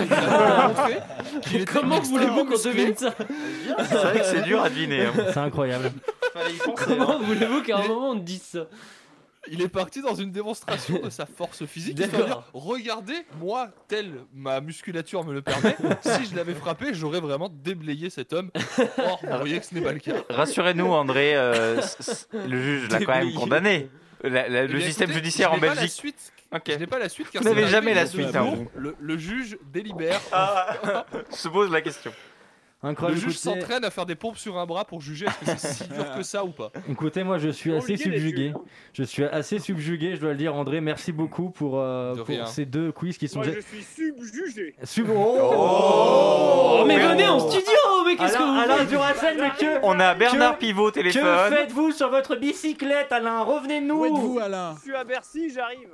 Comment voulez-vous qu'on devine ça ? C'est vrai que c'est dur à deviner. C'est incroyable. Comment voulez-vous qu'à un moment on dise ça ? Il est parti dans une démonstration de sa force physique. Regardez, moi, telle ma musculature me le permet, si je l'avais frappé, j'aurais vraiment déblayé cet homme. Or, vous voyez que ce n'est pas le cas. Rassurez-nous, André, le juge l'a quand même condamné. Le système judiciaire en Belgique. Je n'ai pas la suite. Car vous n'avez jamais la suite. Le juge délibère. Se pose la question. Incroyable. Le juge s'entraîne à faire des pompes sur un bras pour juger est-ce que c'est si dur que ça ou pas. Écoutez, moi je suis assez subjugué. Je suis assez subjugué, je dois le dire, André. Merci beaucoup pour ces 2 quiz qui sont. Moi je suis subjugé. Mais venez en studio. Mais qu'est-ce que vous Alain faites Duracell, mais on a Bernard Pivot au téléphone. Que faites-vous sur votre bicyclette, Alain ? Revenez-nous. Où êtes-vous, Alain ? Je suis à Bercy, j'arrive.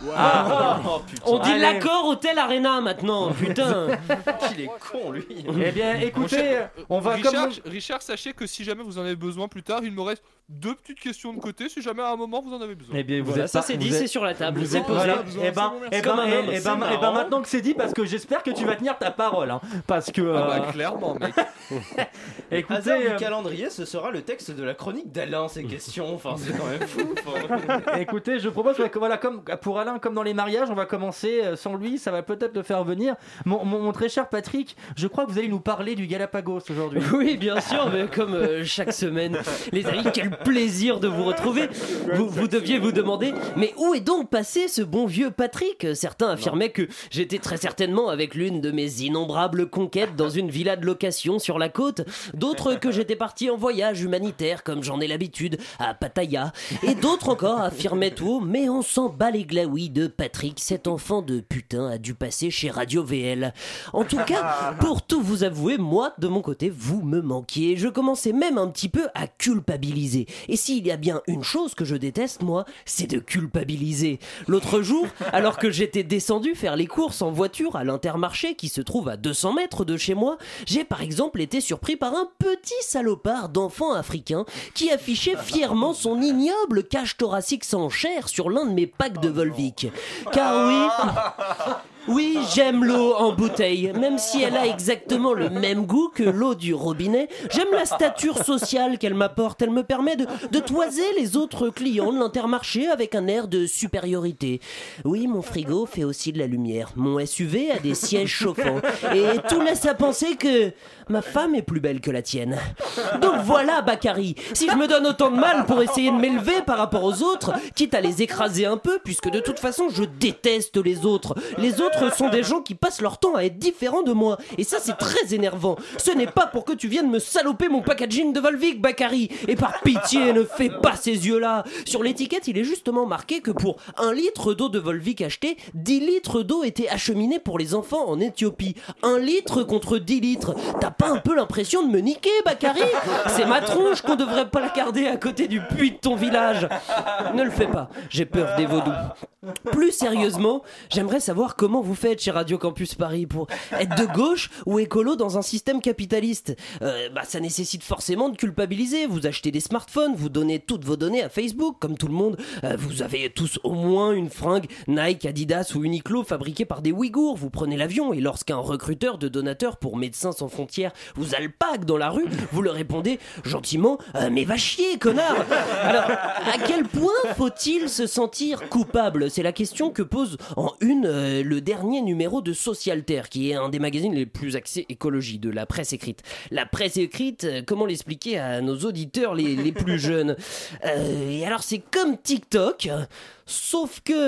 On dit l'accord Hôtel Arena maintenant, putain. Il est con, lui. Eh bien, écoutez, on va Richard, sachez que si jamais vous en avez besoin plus tard, il me reste 2 petites questions de côté. Si jamais à un moment vous en avez besoin. Eh bien, c'est sur la table. C'est posé. Et maintenant que c'est dit, parce que j'espère que tu vas tenir ta parole, hein, parce que. Clairement, mec. Écoutez, hasard du calendrier, ce sera le texte de la chronique d'Alain. Ces questions, enfin, c'est quand même fou. Écoutez, je propose que voilà, comme pour Alain, comme dans les mariages, on va commencer sans lui. Ça va peut-être le faire venir. Mon très cher Patrick, je crois que vous allez nous parler du Galapagos aujourd'hui. Oui, bien sûr, mais comme chaque semaine, les amis, quel plaisir de vous retrouver. Vous deviez vous demander, mais où est donc passé ce bon vieux Patrick ? Certains affirmaient que j'étais très certainement avec l'une de mes innombrables conquêtes dans une villa de location sur la côte. D'autres que j'étais parti en voyage humanitaire, comme j'en ai l'habitude, à Pattaya. Et d'autres encore affirmaient tout, mais on s'en bat les glaouis de Patrick, cet enfant de putain a dû passer chez Radio VL. En tout cas, pour tout vous avouer, moi, de mon côté, vous me manquiez. Je commençais même un petit peu à culpabiliser. Et s'il y a bien une chose que je déteste, moi, c'est de culpabiliser. L'autre jour, alors que j'étais descendu faire les courses en voiture à l'Intermarché qui se trouve à 200 mètres de chez moi, j'ai par exemple été surpris par un petit salopard d'enfant africain qui affichait fièrement son ignoble cage thoracique sans chair sur l'un de mes packs de Volvic. Car oui, j'aime l'eau en bouteille, même si elle a exactement le même goût que l'eau du robinet. J'aime la stature sociale qu'elle m'apporte. Elle me permet de toiser les autres clients de l'Intermarché avec un air de supériorité. Oui, mon frigo fait aussi de la lumière. Mon SUV a des sièges chauffants. Et tout laisse à penser que ma femme est plus belle que la tienne. Donc voilà, Bakary, si je me donne autant de mal pour essayer de m'élever par rapport aux autres, quitte à les écraser un peu, puisque de toute façon je déteste les autres. Les autres sont des gens qui passent leur temps à être différents de moi. Et ça, c'est très énervant. Ce n'est pas pour que tu viennes me saloper mon packaging de Volvic, Bakary. Et par pitié, ne fais pas ces yeux-là. Sur l'étiquette, il est justement marqué que pour 1 litre d'eau de Volvic acheté, 10 litres d'eau étaient acheminés pour les enfants en Éthiopie. 1 litre contre 10 litres. T'as pas un peu l'impression de me niquer, Bakary ? C'est ma tronche qu'on devrait pas la garder à côté du puits de ton village. Ne le fais pas, j'ai peur des vaudous. Plus sérieusement, j'aimerais savoir comment vous faites chez Radio Campus Paris pour être de gauche ou écolo dans un système capitaliste. Ça nécessite forcément de culpabiliser. Vous achetez des smartphones, vous donnez toutes vos données à Facebook, comme tout le monde. Vous avez tous au moins une fringue Nike, Adidas ou Uniqlo fabriquée par des Ouïghours. Vous prenez l'avion et lorsqu'un recruteur de donateurs pour Médecins sans frontières vous alpague dans la rue, vous leur répondez gentiment mais va chier, connard. Alors, à quel point faut-il se sentir coupable ? C'est la question que pose en une le dernier numéro de Socialterre, qui est un des magazines les plus axés écologie de la presse écrite. La presse écrite, comment l'expliquer à nos auditeurs les plus jeunes ? Et alors c'est comme TikTok, sauf que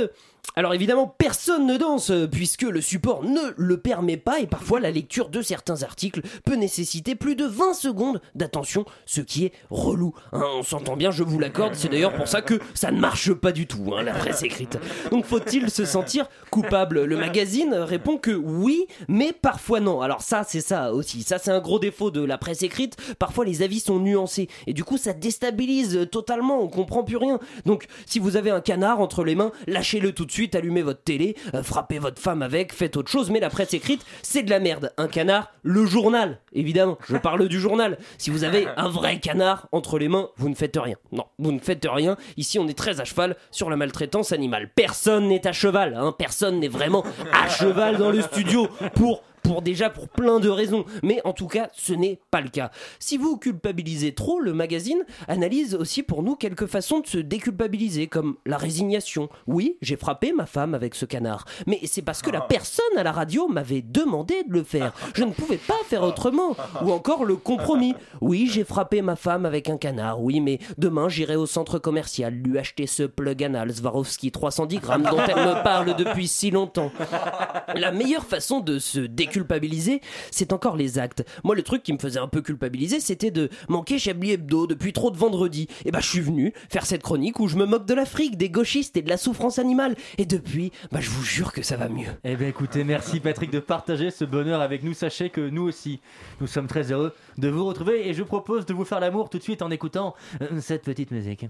Alors évidemment, personne ne danse puisque le support ne le permet pas et parfois la lecture de certains articles peut nécessiter plus de 20 secondes d'attention, ce qui est relou. Hein, on s'entend bien, je vous l'accorde, c'est d'ailleurs pour ça que ça ne marche pas du tout, la presse écrite. Donc faut-il se sentir coupable ? Le magazine répond que oui, mais parfois non. Alors ça, c'est ça aussi. Ça, c'est un gros défaut de la presse écrite. Parfois, les avis sont nuancés et du coup, ça déstabilise totalement, on comprend plus rien. Donc, si vous avez un canard entre les mains, lâchez-le tout de suite. Allumez votre télé, frappez votre femme avec, faites autre chose, mais la presse écrite, c'est de la merde. Un canard, le journal, évidemment, je parle du journal. Si vous avez un vrai canard entre les mains, vous ne faites rien. Non, vous ne faites rien. Ici, on est très à cheval sur la maltraitance animale. Personne n'est à cheval, personne n'est vraiment à cheval dans le studio pour plein de raisons, mais en tout cas ce n'est pas le cas. Si vous culpabilisez trop, le magazine analyse aussi pour nous quelques façons de se déculpabiliser, comme la résignation. Oui, j'ai frappé ma femme avec ce canard, mais c'est parce que la personne à la radio m'avait demandé de le faire. Je ne pouvais pas faire autrement. Ou encore le compromis. Oui, j'ai frappé ma femme avec un canard, oui, mais demain j'irai au centre commercial lui acheter ce plug anal Swarovski 310 grammes dont elle me parle depuis si longtemps. La meilleure façon de se déculpabiliser, c'est encore les actes. Moi, le truc qui me faisait un peu culpabiliser, c'était de manquer Chablis Hebdo depuis trop de vendredis. Et je suis venu faire cette chronique où je me moque de l'Afrique, des gauchistes et de la souffrance animale. Et depuis, je vous jure que ça va mieux. Eh bien écoutez, merci Patrick de partager ce bonheur avec nous. Sachez que nous aussi, nous sommes très heureux de vous retrouver et je propose de vous faire l'amour tout de suite en écoutant cette petite musique.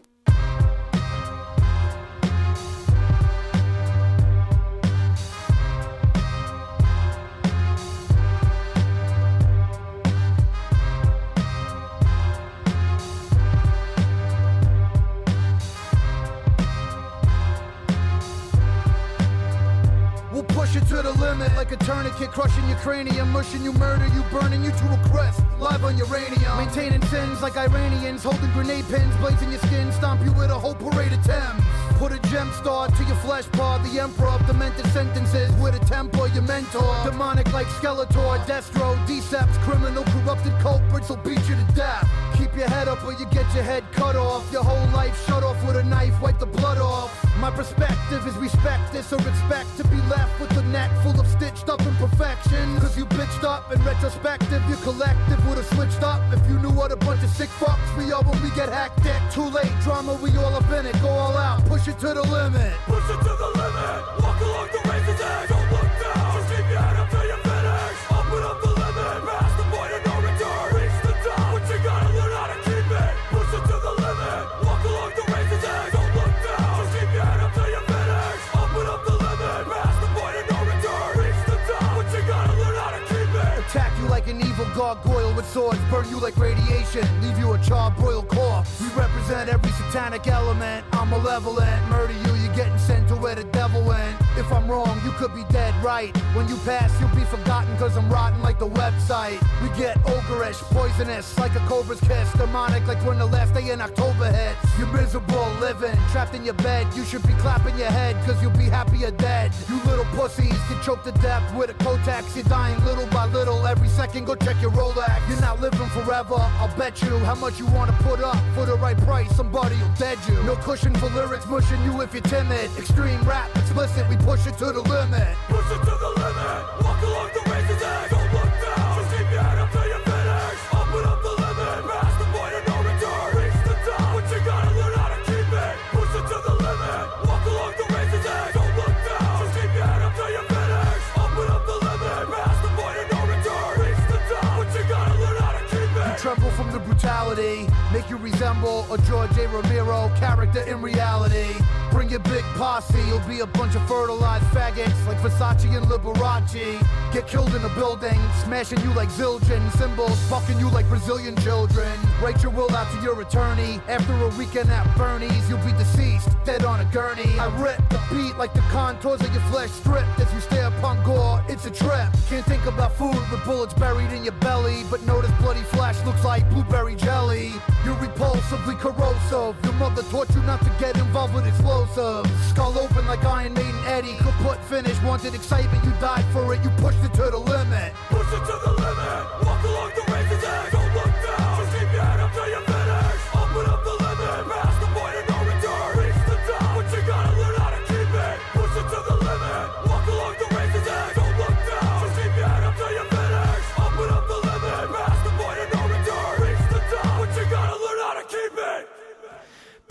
Push it to the limit like a tourniquet, crushing your cranium, mushing you, murder you, burning you to a crisp, live on uranium, maintaining sins like Iranians, holding grenade pins, blazing your skin, stomp you with a whole parade of Thames. Put a gem star to your flesh paw, the emperor of demented sentences with a temper, your mentor, demonic like Skeletor, Destro, Decepts, criminal, corrupted culprits will beat you to death. Keep your head up or you get your head cut off, your whole life shut off with a knife, wipe the blood off. My perspective is respect this or expect to be left with a neck full of stitched up imperfection. Cause you bitched up in retrospective, your collective would've switched up if you knew what a bunch of sick fucks we are when we get hectic. Too late, drama, we all up in it, go all out, push it to the limit. Push it to the limit, walk along the razor's edge, don't look down, just keep your head up till you finish. Open up the limit, past the point of no return, reach the top, but you gotta learn how to keep it. Push it to the limit, walk along the razor's edge, don't look down, just keep your head up till you finish. Open up the limit, past the point of no return, reach the top, but you gotta learn how to keep it. Attack you like an evil gargoyle with swords, burn you like radiation, leave you a charbroiled corpse. We represent every satanic element, I'm malevolent, murder you, you're getting sent to where the devil went. If I'm wrong, you could be dead right. When you pass, you'll be forgotten cause I'm rotten like the website. We get ogreish, poisonous, like a cobra's kiss, demonic like when the last day in October hits. You're miserable living, trapped in your bed, you should be clapping your head cause you'll be happy you're dead. You little pussies get choked to death with a Kotex, you're dying little by little, every second go check your Rolex. You're not living forever, I'll bet you how much you wanna put up for the right price, somebody will dead you. No cushion for lyrics, mushing you if you're timid. Extreme rap, explicit, we push it to the limit. Push it to the limit, walk along the razor's edge, don't look down, just keep your head up till you finish. Open up the limit, past the point of no return, reach the top, but you gotta learn how to keep it. Push it to the limit, walk along the razor's edge, don't look down, just keep your head up till you finish. Open up the limit, past the point of no return, reach the top, but you gotta learn how to keep it. You tremble from the brutality, make you resemble a George A. Romero character in reality. Bring your big posse, you'll be a bunch of fertilized faggots like Versace and Liberace. Get killed in a building, smashing you like Zildjian symbols, fucking you like Brazilian children. Write your will out to your attorney. After a weekend at Bernie's, you'll be deceased, dead on a gurney. I rip the beat like the contours of your flesh stripped as you stare upon gore. It's a trip. Can't think about food with bullets buried in your belly, but notice bloody flesh looks like blueberry jelly. You're repulsively corrosive. Your mother taught you not to get involved with explosives. Skull open like Iron Maiden Eddie. Kaput finish, wanted excitement, you died for it. You pushed it to the limit. Push it to the limit. Walk along the razor's edge. Don't look down. Just keep your head up till you finish. Open up the limit. Past the point of no return. Reach the top, but you gotta learn how to keep it.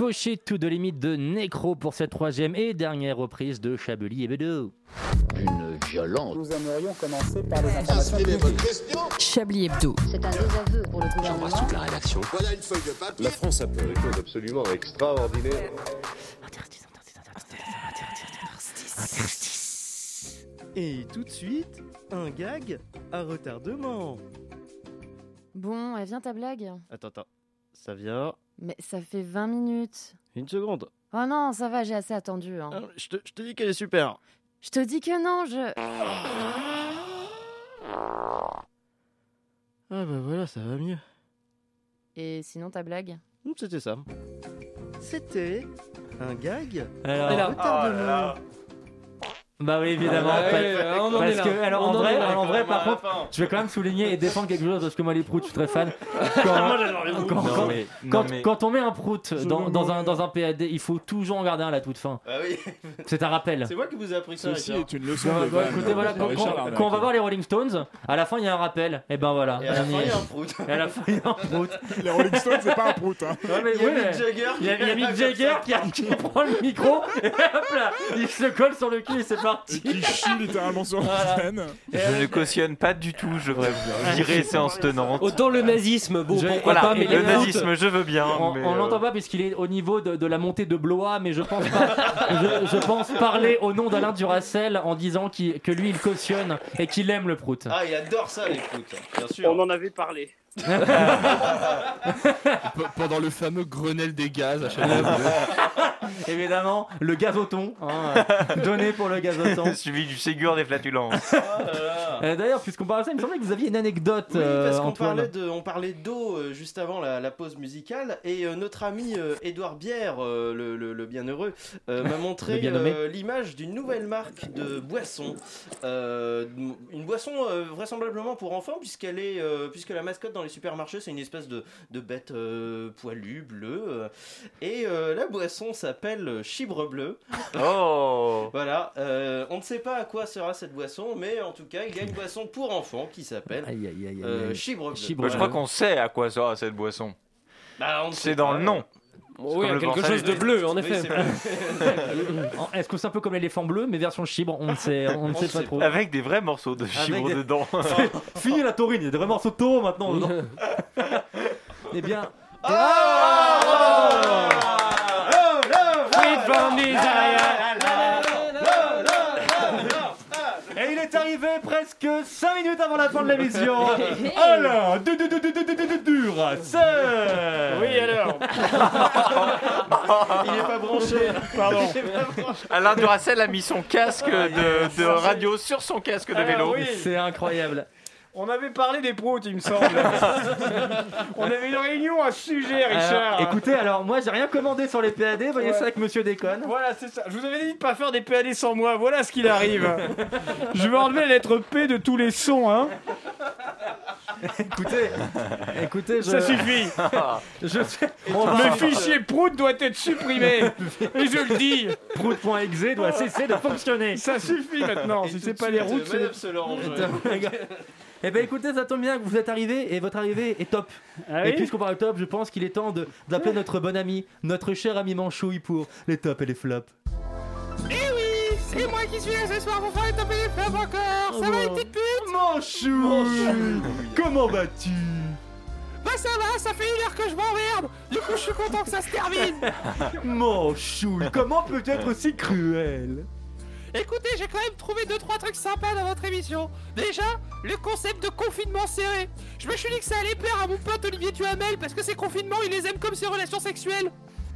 Pochetou de limite de Nécro pour cette 3e et dernière reprise de Chablis Hebdo. Une violence. Nous aimerions commencer par les informations publiques. Chablis Hebdo. C'est un désaveu pour le gouvernement. J'embrasse toute la rédaction. Voilà une feuille de papier. La France a fait des choses absolument extraordinaires. Et tout de suite, un gag à retardement. Bon, elle vient ta blague. Attends, ça vient. Mais ça fait 20 minutes. Une seconde. Oh non, ça va, j'ai assez attendu. Hein. Je te dis qu'elle est super. Je te dis que non, Ah bah voilà, ça va mieux. Et sinon, ta blague? C'était ça. C'était un gag Alors, à retardement. Bah oui, évidemment. Parce que, alors, en vrai, par contre, je vais quand même souligner et défendre quelque chose parce que moi, les proutes, je suis très fan. Quand on met un prout dans un PAD, il faut toujours en garder un à la toute fin. Ah oui. C'est un rappel. C'est moi qui vous ai appris ça. Ceci est une leçon de écoutez, voilà, quand on va voir les Rolling Stones, à la fin, il y a un rappel. Et ben voilà. Et à la fin, il y a un prout. Et à la fin, il y a un prout. Les Rolling Stones, c'est pas un prout. Hein. Il y a Mick Jagger. Il y a Mick Jagger qui prend le micro et hop là, il se colle sur le cul et c'est parti. Et qui chie littéralement sur la scène. Je ne cautionne pas du tout, je devrais vous virer séance tenante. Autant le nazisme, bon, pourquoi voilà, pas, mais le nazisme, je veux bien. On l'entend pas puisqu'il est au niveau de la montée de Blois, mais je pense pas. je pense parler au nom d'Alain Duracell en disant que lui il cautionne et qu'il aime le prout. Ah, il adore ça, les proutes, bien sûr. On en avait parlé. Pendant le fameux Grenelle des gaz à chaque fois. Évidemment, le gazoton, donné pour le gazoton. Suivi du Ségur des flatulences. D'ailleurs, puisqu'on parlait de ça, il me semblait que vous aviez une anecdote. Oui, parce qu'on Antoine. parlait d'eau juste avant la pause musicale, et notre ami Édouard Bière, le bienheureux, m'a montré l'image d'une nouvelle marque de boisson. Une boisson vraisemblablement pour enfants, puisque la mascotte dans les supermarchés, c'est une espèce de bête poilue, bleue. Et la boisson s'appelle Chibre Bleu. Oh. Voilà, on ne sait pas à quoi sera cette boisson, mais en tout cas, il y a une boisson pour enfants qui s'appelle Chibre Bleu. Je crois qu'on sait à quoi sera cette boisson. Bah, c'est dans le nom. Oui, il y a quelque chose de bleu, en effet. Est-ce que c'est un peu comme l'éléphant bleu, mais version chibre? On ne sait pas trop. Avec des vrais morceaux de chibre dedans. Fini la taurine, il y a des vrais morceaux de taureau maintenant dedans. Eh bien. Et il est arrivé presque 5 minutes avant la fin de l'émission. Alain Duracell. Oui, alors. Il est pas branché. Pardon. Alain Duracell a mis son casque de radio sur son casque de vélo. Oui. C'est incroyable. On avait parlé des proutes, il me semble. On avait une réunion à ce sujet, Richard. Écoutez, alors moi j'ai rien commandé sur les PAD, voyez ça avec Monsieur Déconne. Voilà, c'est ça. Je vous avais dit de pas faire des PAD sans moi. Voilà ce qu'il arrive. Je vais enlever la lettre P de tous les sons, hein. Écoutez, ça suffit. Le fichier prout doit être supprimé. Et je le dis. Prout.exe doit cesser de fonctionner. Ça suffit maintenant. Si c'est pas les routes, c'est Eh ben écoutez, ça tombe bien que vous êtes arrivés et votre arrivée est top. Ah et oui, puisqu'on parle top, je pense qu'il est temps d'appeler notre bon ami, notre cher ami Manchouille pour les tops et les flops. Eh oui, c'est moi qui suis là ce soir pour faire les tops et les flops encore. Ça va les petites putes? Manchouille, comment vas-tu? Bah ça va, ça fait 1 heure que je m'emmerde. Du coup, je suis content que ça se termine. Manchouille, comment peut être aussi cruel? Écoutez, j'ai quand même trouvé 2-3 trucs sympas dans votre émission. Déjà, le concept de confinement serré. Je me suis dit que ça allait plaire à mon pote Olivier Duhamel parce que ses confinements, il les aime comme ses relations sexuelles.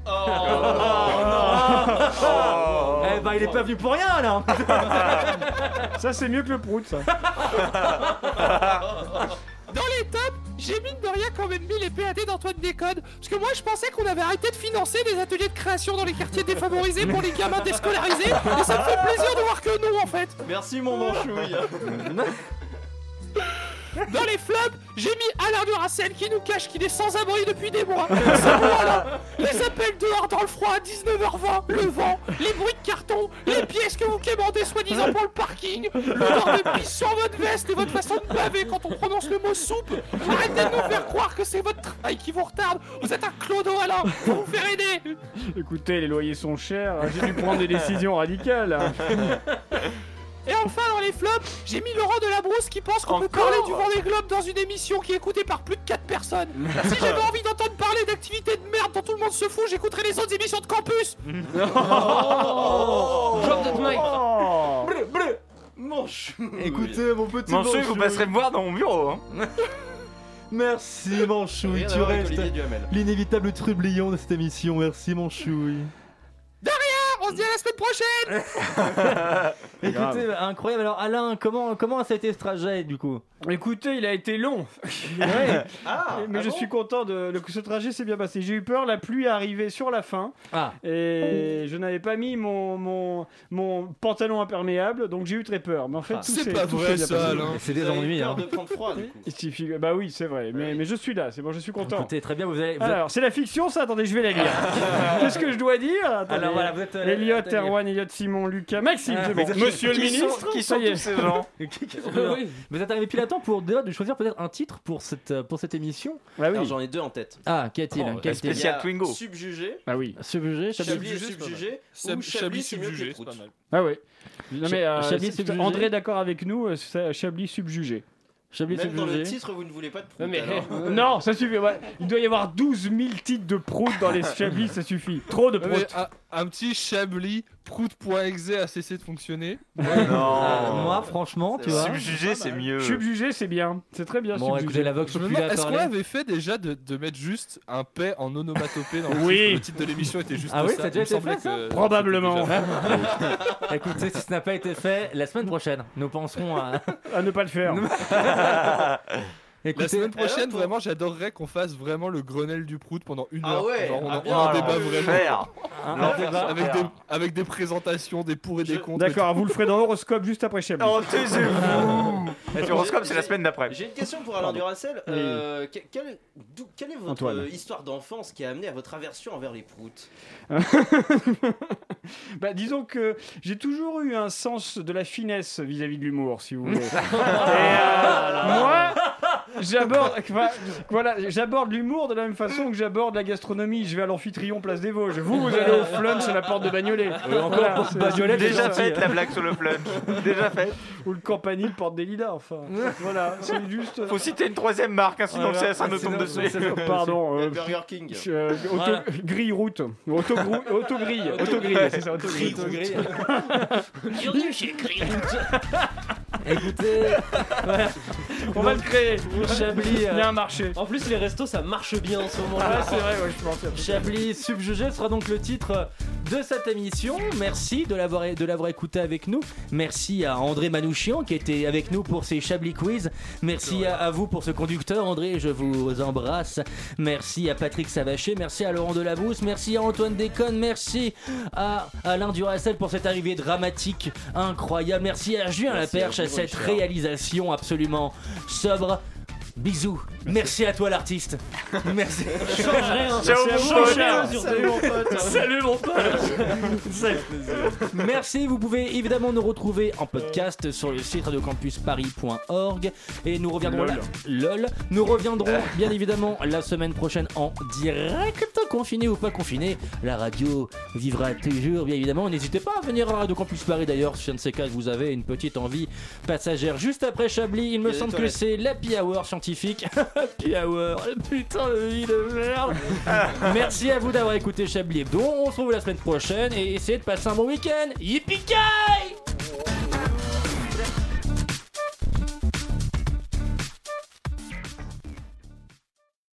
Eh ben il est pas venu pour rien là. Ça c'est mieux que le prout, ça. Dans les tops, j'ai mine de rien quand même mis les PAD d'Antoine Déconne. Parce que moi je pensais qu'on avait arrêté de financer des ateliers de création dans les quartiers défavorisés pour les gamins déscolarisés. Et ça me fait plaisir de voir que non en fait. Merci mon Manchouille. Dans les flops, j'ai mis Alain Duracell qui nous cache qu'il est sans abri depuis des mois. C'est bon alors. Les appels dehors dans le froid à 19h20, le vent, les bruits de carton, les pièces que vous quémandez soi-disant pour le parking, l'odeur de pisse sur votre veste et votre façon de baver quand on prononce le mot soupe. Arrêtez de nous faire croire que c'est votre travail qui vous retarde. Vous êtes un clodo, Alain. Faut vous faire aider. Écoutez, les loyers sont chers, j'ai dû prendre des décisions radicales. Et enfin, dans les flops, j'ai mis Laurent Delabrousse qui pense qu'on peut parler du Vendée Globe dans une émission qui est écoutée par plus de 4 personnes. Si j'avais envie d'entendre parler d'activités de merde dont tout le monde se fout, j'écouterais les autres émissions de campus. Drop that mic. Manchouille. Écoutez, mon petit Manchouille, vous passerez me voir dans mon bureau. Hein. Merci Manchouille, Rien à tu voir avec restes Olivier Duhamel. l'inévitable trublion de cette émission. Merci Manchouille. De rien, on se dit à la semaine prochaine. Écoutez, incroyable. Alors Alain, comment ça a été ce trajet du coup? Écoutez, il a été long. Mais je suis content que ce trajet s'est bien passé. J'ai eu peur, la pluie est arrivée sur la fin. Et je n'avais pas mis mon pantalon imperméable, donc j'ai eu très peur. Mais en fait, tout c'est s'est pas tout vrai s'est bien ça, passé. Alain. C'est des ennuis. Peur Hein. de prendre froid du coup. Il suffit bah oui, c'est vrai. Mais je suis là, c'est bon, je suis content. Écoutez, très bien, vous avez... Alors, c'est la fiction ça? Attendez, je vais la lire. Qu'est-ce que je dois dire? Attendez. Alors voilà, vous êtes... Elliot, Erwan, Elliot, Simon, Lucas, Maxime, c'est bon. Monsieur le ministre, qui ça sont y est. tous ces gens? Oui. Vous êtes arrivé pile à temps pour de choisir peut-être un titre pour cette émission. Ah Alors oui. j'en ai deux en tête. Ah, qu'y a-t-il? Oh, Quel spécial Il y a Twingo. Subjugé. Ah oui. Subjugé, Chablis et Subjugé, c'est pas subjugé. mal. Ou Chablis c'est mieux que les subjugé, c'est proutes. pas mal. Ah oui. Non mais Chablis subjugé. André est d'accord avec nous, c'est Chablis subjugé. Chablis Même dans le subjugé. titre, vous ne voulez pas de proutes. Non, mais alors. non, ça suffit. Ouais. Il doit y avoir 12 000 titres de prout dans les Chablis, ça suffit. Trop de Mais prout. un petit Chablis prout.exe a cessé de fonctionner. Moi, franchement, tu vois. Subjugé, c'est mieux. Subjugé, c'est bien. C'est très bien. Bon, subjugé. écoutez, la Vox Je me Populi demande, a est-ce qu'on parlé. avait fait déjà de mettre juste un paix en onomatopée dans le Oui. titre? Le titre de l'émission était juste Ah oui, ça. ça a déjà Il me été semblait fait, ça que Probablement. c'était déjà fait. Écoutez, si ce n'a pas été fait, la semaine prochaine, nous penserons à. À ne pas le faire. Écoutez, La semaine prochaine, alors, vraiment, j'adorerais qu'on fasse vraiment le Grenelle du Prout pendant une Ah heure. ouais, Genre, ah on bien. a un débat vraiment. un débat. Avec des présentations, des pour et des contre. D'accord, vous le ferez dans l'horoscope juste après Chablis. Oh, taisez-vous. L'horoscope, c'est la semaine d'après. J'ai une question pour Alain Duracell. Quelle est votre Antoine. histoire d'enfance qui a amené à votre aversion envers les proutes? Bah, disons que j'ai toujours eu un sens de la finesse vis-à-vis de l'humour, si vous voulez. Moi, j'aborde l'humour de la même façon que j'aborde la gastronomie. Je vais à l'Amphitryon, place des Vosges. Vous allez au Flunch à la porte de Bagnolet. Encore Bagnolet, Déjà faite la blague sur le flunch. Déjà faite. Ou le Campanile, porte des Lilas. Enfin, voilà, c'est juste. Faut citer une troisième marque, hein, sinon Voilà. ça nous tombe dessus. Pardon. Burger King. Voilà. Grille route. Autogrille. Autogrille, c'est ça. Autogrille. Bienvenue chez Greenwood. Écoutez, voilà. On va le créer. Chablis. Il y a un marché. En plus, les restos ça marche bien en ce moment. Ouais, c'est vrai, ouais, je pense. Chablis subjugé sera donc le titre de cette émission. Merci de l'avoir écouté avec nous. Merci à André Manouchian qui était avec nous pour ces Chablis Quiz. Merci à vous pour ce conducteur, André, je vous embrasse. Merci à Patrick Savaché, merci à Laurent Delabrousse, merci à Antoine Déconne, merci à Alain Duracell pour cette arrivée dramatique incroyable. Merci à Julien Laperche à cette réalisation absolument sobre. Bisous. Merci à toi l'artiste. Merci. Change rien. Ciao, Salut mon pote. Salut mon pote. Merci, vous pouvez évidemment nous retrouver en podcast sur le site radiocampusparis.org et nous reviendrons Nous reviendrons bien évidemment la semaine prochaine en direct, confiné ou pas confiné. La radio vivra toujours bien évidemment. N'hésitez pas à venir à Radio Campus Paris d'ailleurs, si un de ces cas vous avez une petite envie passagère. Juste après Chablis, il me semble que c'est l'Happy Hour scientifique. Happy Hour, putain de vie de merde. Merci à vous d'avoir écouté Chablis Hebdo. On se retrouve la semaine prochaine et essayez de passer un bon week-end. Yippee-ki-yay!